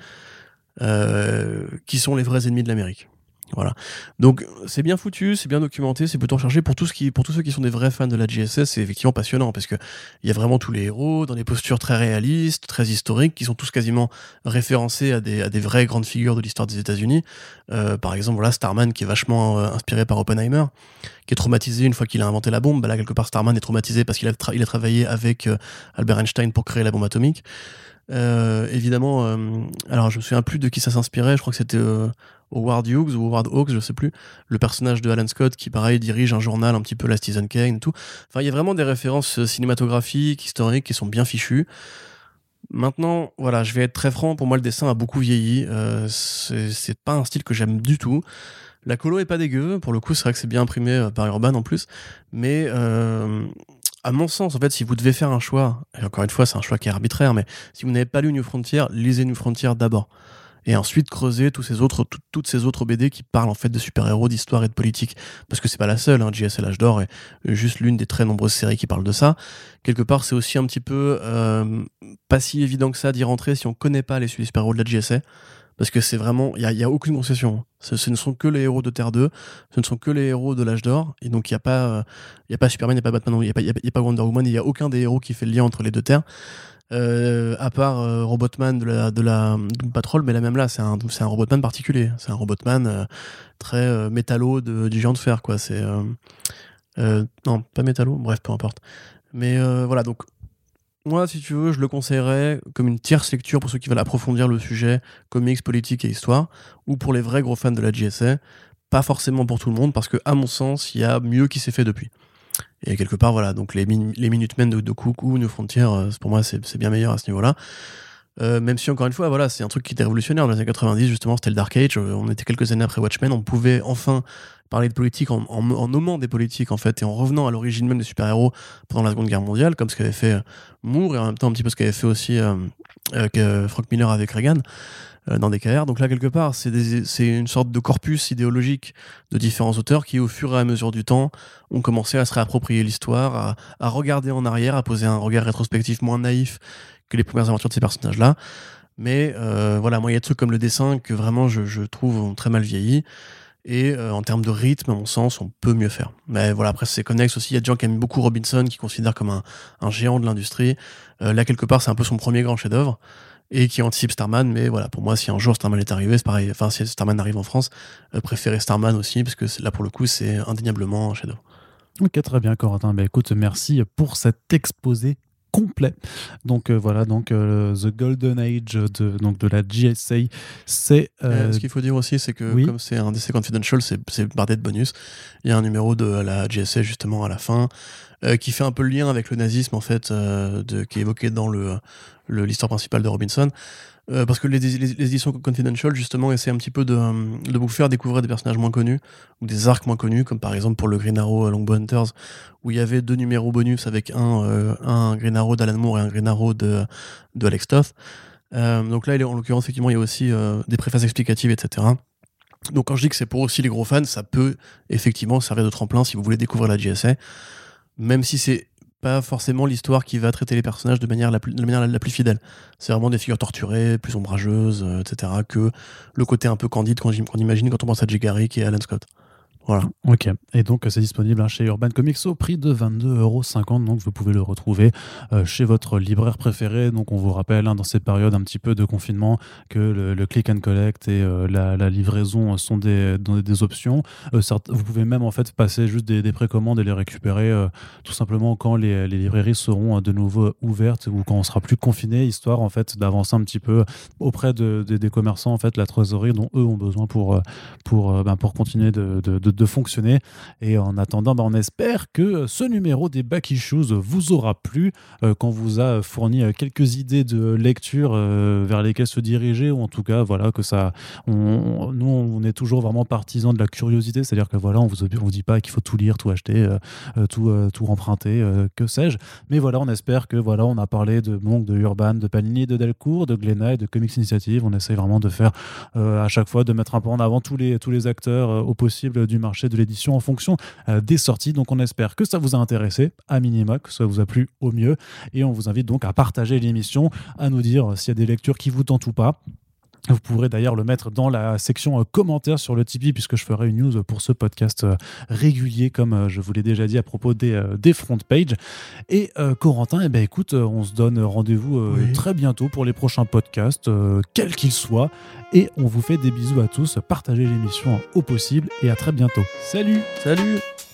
euh, qui sont les vrais ennemis de l'Amérique. Voilà. Donc c'est bien foutu, c'est bien documenté, c'est plutôt recherché pour tout ce qui, pour tous ceux qui sont des vrais fans de la J S S, c'est effectivement passionnant parce que il y a vraiment tous les héros dans des postures très réalistes, très historiques, qui sont tous quasiment référencés à des, à des vraies grandes figures de l'histoire des États-Unis. Euh, par exemple, voilà Starman qui est vachement euh, inspiré par Oppenheimer, qui est traumatisé une fois qu'il a inventé la bombe. Bah là quelque part Starman est traumatisé parce qu'il a, tra- il a travaillé avec euh, Albert Einstein pour créer la bombe atomique. Euh, évidemment, euh, alors je me souviens plus de qui ça s'inspirait, je crois que c'était euh, Howard Hughes ou Howard Hawks, je sais plus, le personnage de Alan Scott qui pareil dirige un journal un petit peu la Citizen Kane et tout. Enfin, il y a vraiment des références cinématographiques, historiques qui sont bien fichues. Maintenant, voilà, je vais être très franc, pour moi le dessin a beaucoup vieilli, euh, c'est, c'est pas un style que j'aime du tout. La colo est pas dégueu, pour le coup c'est vrai que c'est bien imprimé par Urban en plus, mais euh, à mon sens, en fait, si vous devez faire un choix, et encore une fois, c'est un choix qui est arbitraire, mais si vous n'avez pas lu New Frontier, lisez New Frontier d'abord. Et ensuite, creusez tous ces autres, tout, toutes ces autres B D qui parlent en fait de super-héros, d'histoire et de politique. Parce que c'est pas la seule, hein, J S L Âge d'Or est juste l'une des très nombreuses séries qui parlent de ça. Quelque part, c'est aussi un petit peu euh, pas si évident que ça d'y rentrer si on connaît pas les super-héros de la J S A. Parce que c'est vraiment, il n'y a, y a aucune concession. Ce, ce ne sont que les héros de Terre deux, ce ne sont que les héros de l'âge d'or, et donc il n'y a pas, il y a pas Superman, il n'y a pas Batman, il n'y a pas, y a, y a pas Wonder Woman, il n'y a aucun des héros qui fait le lien entre les deux terres. Euh, à part euh, Robotman de la, de la Doom Patrol, mais là même là, c'est un, c'est un Robotman particulier. C'est un Robotman euh, très euh, métallo de, du géant de fer, quoi. C'est euh, euh, non, pas métallo, bref, peu importe. Mais euh, voilà, donc moi, si tu veux, je le conseillerais comme une tierce lecture pour ceux qui veulent approfondir le sujet comics, politique et histoire, ou pour les vrais gros fans de la J S A. Pas forcément pour tout le monde, parce que à mon sens, il y a mieux qui s'est fait depuis. Et quelque part, voilà, donc les, min- les Minutemen de, de Cook ou New Frontier, euh, pour moi, c'est, c'est bien meilleur à ce niveau-là. Euh, même si, encore une fois, voilà, c'est un truc qui était révolutionnaire. Dans les années quatre-vingt-dix, justement, c'était le Dark Age. Euh, on était quelques années après Watchmen. On pouvait enfin parler de politique en, en, en nommant des politiques, en fait, et en revenant à l'origine même des super-héros pendant la Seconde Guerre mondiale, comme ce qu'avait fait Moore, et en même temps un petit peu ce qu'avait fait aussi euh, euh, Frank Miller avec Reagan euh, dans D K R. Donc là, quelque part, c'est, des, c'est une sorte de corpus idéologique de différents auteurs qui, au fur et à mesure du temps, ont commencé à se réapproprier l'histoire, à, à regarder en arrière, à poser un regard rétrospectif moins naïf que les premières aventures de ces personnages-là. Mais euh, voilà, moi, il y a des trucs comme le dessin que vraiment je, je trouve ont très mal vieilli. Et euh, en termes de rythme, à mon sens, on peut mieux faire. Mais voilà, après, c'est connexe aussi. Il y a des gens qui aiment beaucoup Robinson, qui considèrent comme un, un géant de l'industrie. Euh, là, quelque part, c'est un peu son premier grand chef-d'œuvre et qui anticipe Starman. Mais voilà, pour moi, si un jour Starman est arrivé, c'est pareil. Enfin, si Starman arrive en France, euh, préférez Starman aussi, parce que là, pour le coup, c'est indéniablement un chef-d'œuvre. Ok, très bien, Corentin. Bah, écoute, merci pour cet exposé complet. Donc euh, voilà, donc euh, The Golden Age de, donc de la J S A, c'est... Euh... Euh, ce qu'il faut dire aussi, c'est que oui. comme c'est un D C Confidential, c'est, c'est bardé de bonus. Il y a un numéro de la J S A justement à la fin, euh, qui fait un peu le lien avec le nazisme en fait, euh, de, qui est évoqué dans le, le, l'histoire principale de Robinson. Euh, parce que les, les, les éditions Confidential justement essaient un petit peu de, de vous faire découvrir des personnages moins connus ou des arcs moins connus, comme par exemple pour le Green Arrow Longbow Hunters, où il y avait deux numéros bonus avec un, euh, un Green Arrow d'Alan Moore et un Green Arrow de, de Alex Toth. Euh, donc là, en l'occurrence, effectivement, il y a aussi euh, des préfaces explicatives, et cetera. Donc quand je dis que c'est pour aussi les gros fans, ça peut effectivement servir de tremplin si vous voulez découvrir la J S A, même si c'est pas forcément l'histoire qui va traiter les personnages de manière la plus, de manière la, la plus fidèle. C'est vraiment des figures torturées, plus ombrageuses, euh, et cetera, que le côté un peu candide qu'on, qu'on imagine quand on pense à Jay Garrick et Alan Scott. Voilà. Ok, et donc c'est disponible hein, chez Urban Comics au prix de vingt-deux euros cinquante, donc vous pouvez le retrouver euh, chez votre libraire préféré. Donc on vous rappelle hein, dans cette période un petit peu de confinement que le, le click and collect et euh, la, la livraison sont des, des, des options. Euh, certes, vous pouvez même en fait passer juste des, des précommandes et les récupérer euh, tout simplement quand les, les librairies seront de nouveau ouvertes ou quand on sera plus confiné, histoire en fait d'avancer un petit peu auprès de, de, des commerçants en fait la trésorerie dont eux ont besoin pour, pour, ben, pour continuer de, de, de de fonctionner. Et en attendant, bah, on espère que ce numéro des Back Issues vous aura plu, euh, qu'on vous a fourni euh, quelques idées de lecture euh, vers lesquelles se diriger, ou en tout cas, voilà, que ça, on, nous, on est toujours vraiment partisans de la curiosité, c'est-à-dire que voilà, on vous, on vous dit pas qu'il faut tout lire, tout acheter, euh, tout, euh, tout emprunter, euh, que sais-je. Mais voilà, on espère que voilà, on a parlé de donc de Urban, de Panini, de Delcourt, de Glénat et de Comics Initiative. On essaye vraiment de faire euh, à chaque fois de mettre un peu en avant tous les tous les acteurs euh, au possible du marché de l'édition en fonction euh, des sorties. Donc on espère que ça vous a intéressé à minima, que ça vous a plu au mieux, et on vous invite donc à partager l'émission, à nous dire s'il y a des lectures qui vous tentent ou pas. Vous pourrez d'ailleurs le mettre dans la section euh, commentaires sur le Tipeee, puisque je ferai une news pour ce podcast euh, régulier, comme euh, je vous l'ai déjà dit à propos des, euh, des front pages. Et euh, Corentin, eh ben, écoute, euh, on se donne rendez-vous euh, oui. très bientôt pour les prochains podcasts, euh, quels qu'ils soient. Et on vous fait des bisous à tous. Partagez l'émission au possible et à très bientôt. Salut! Salut!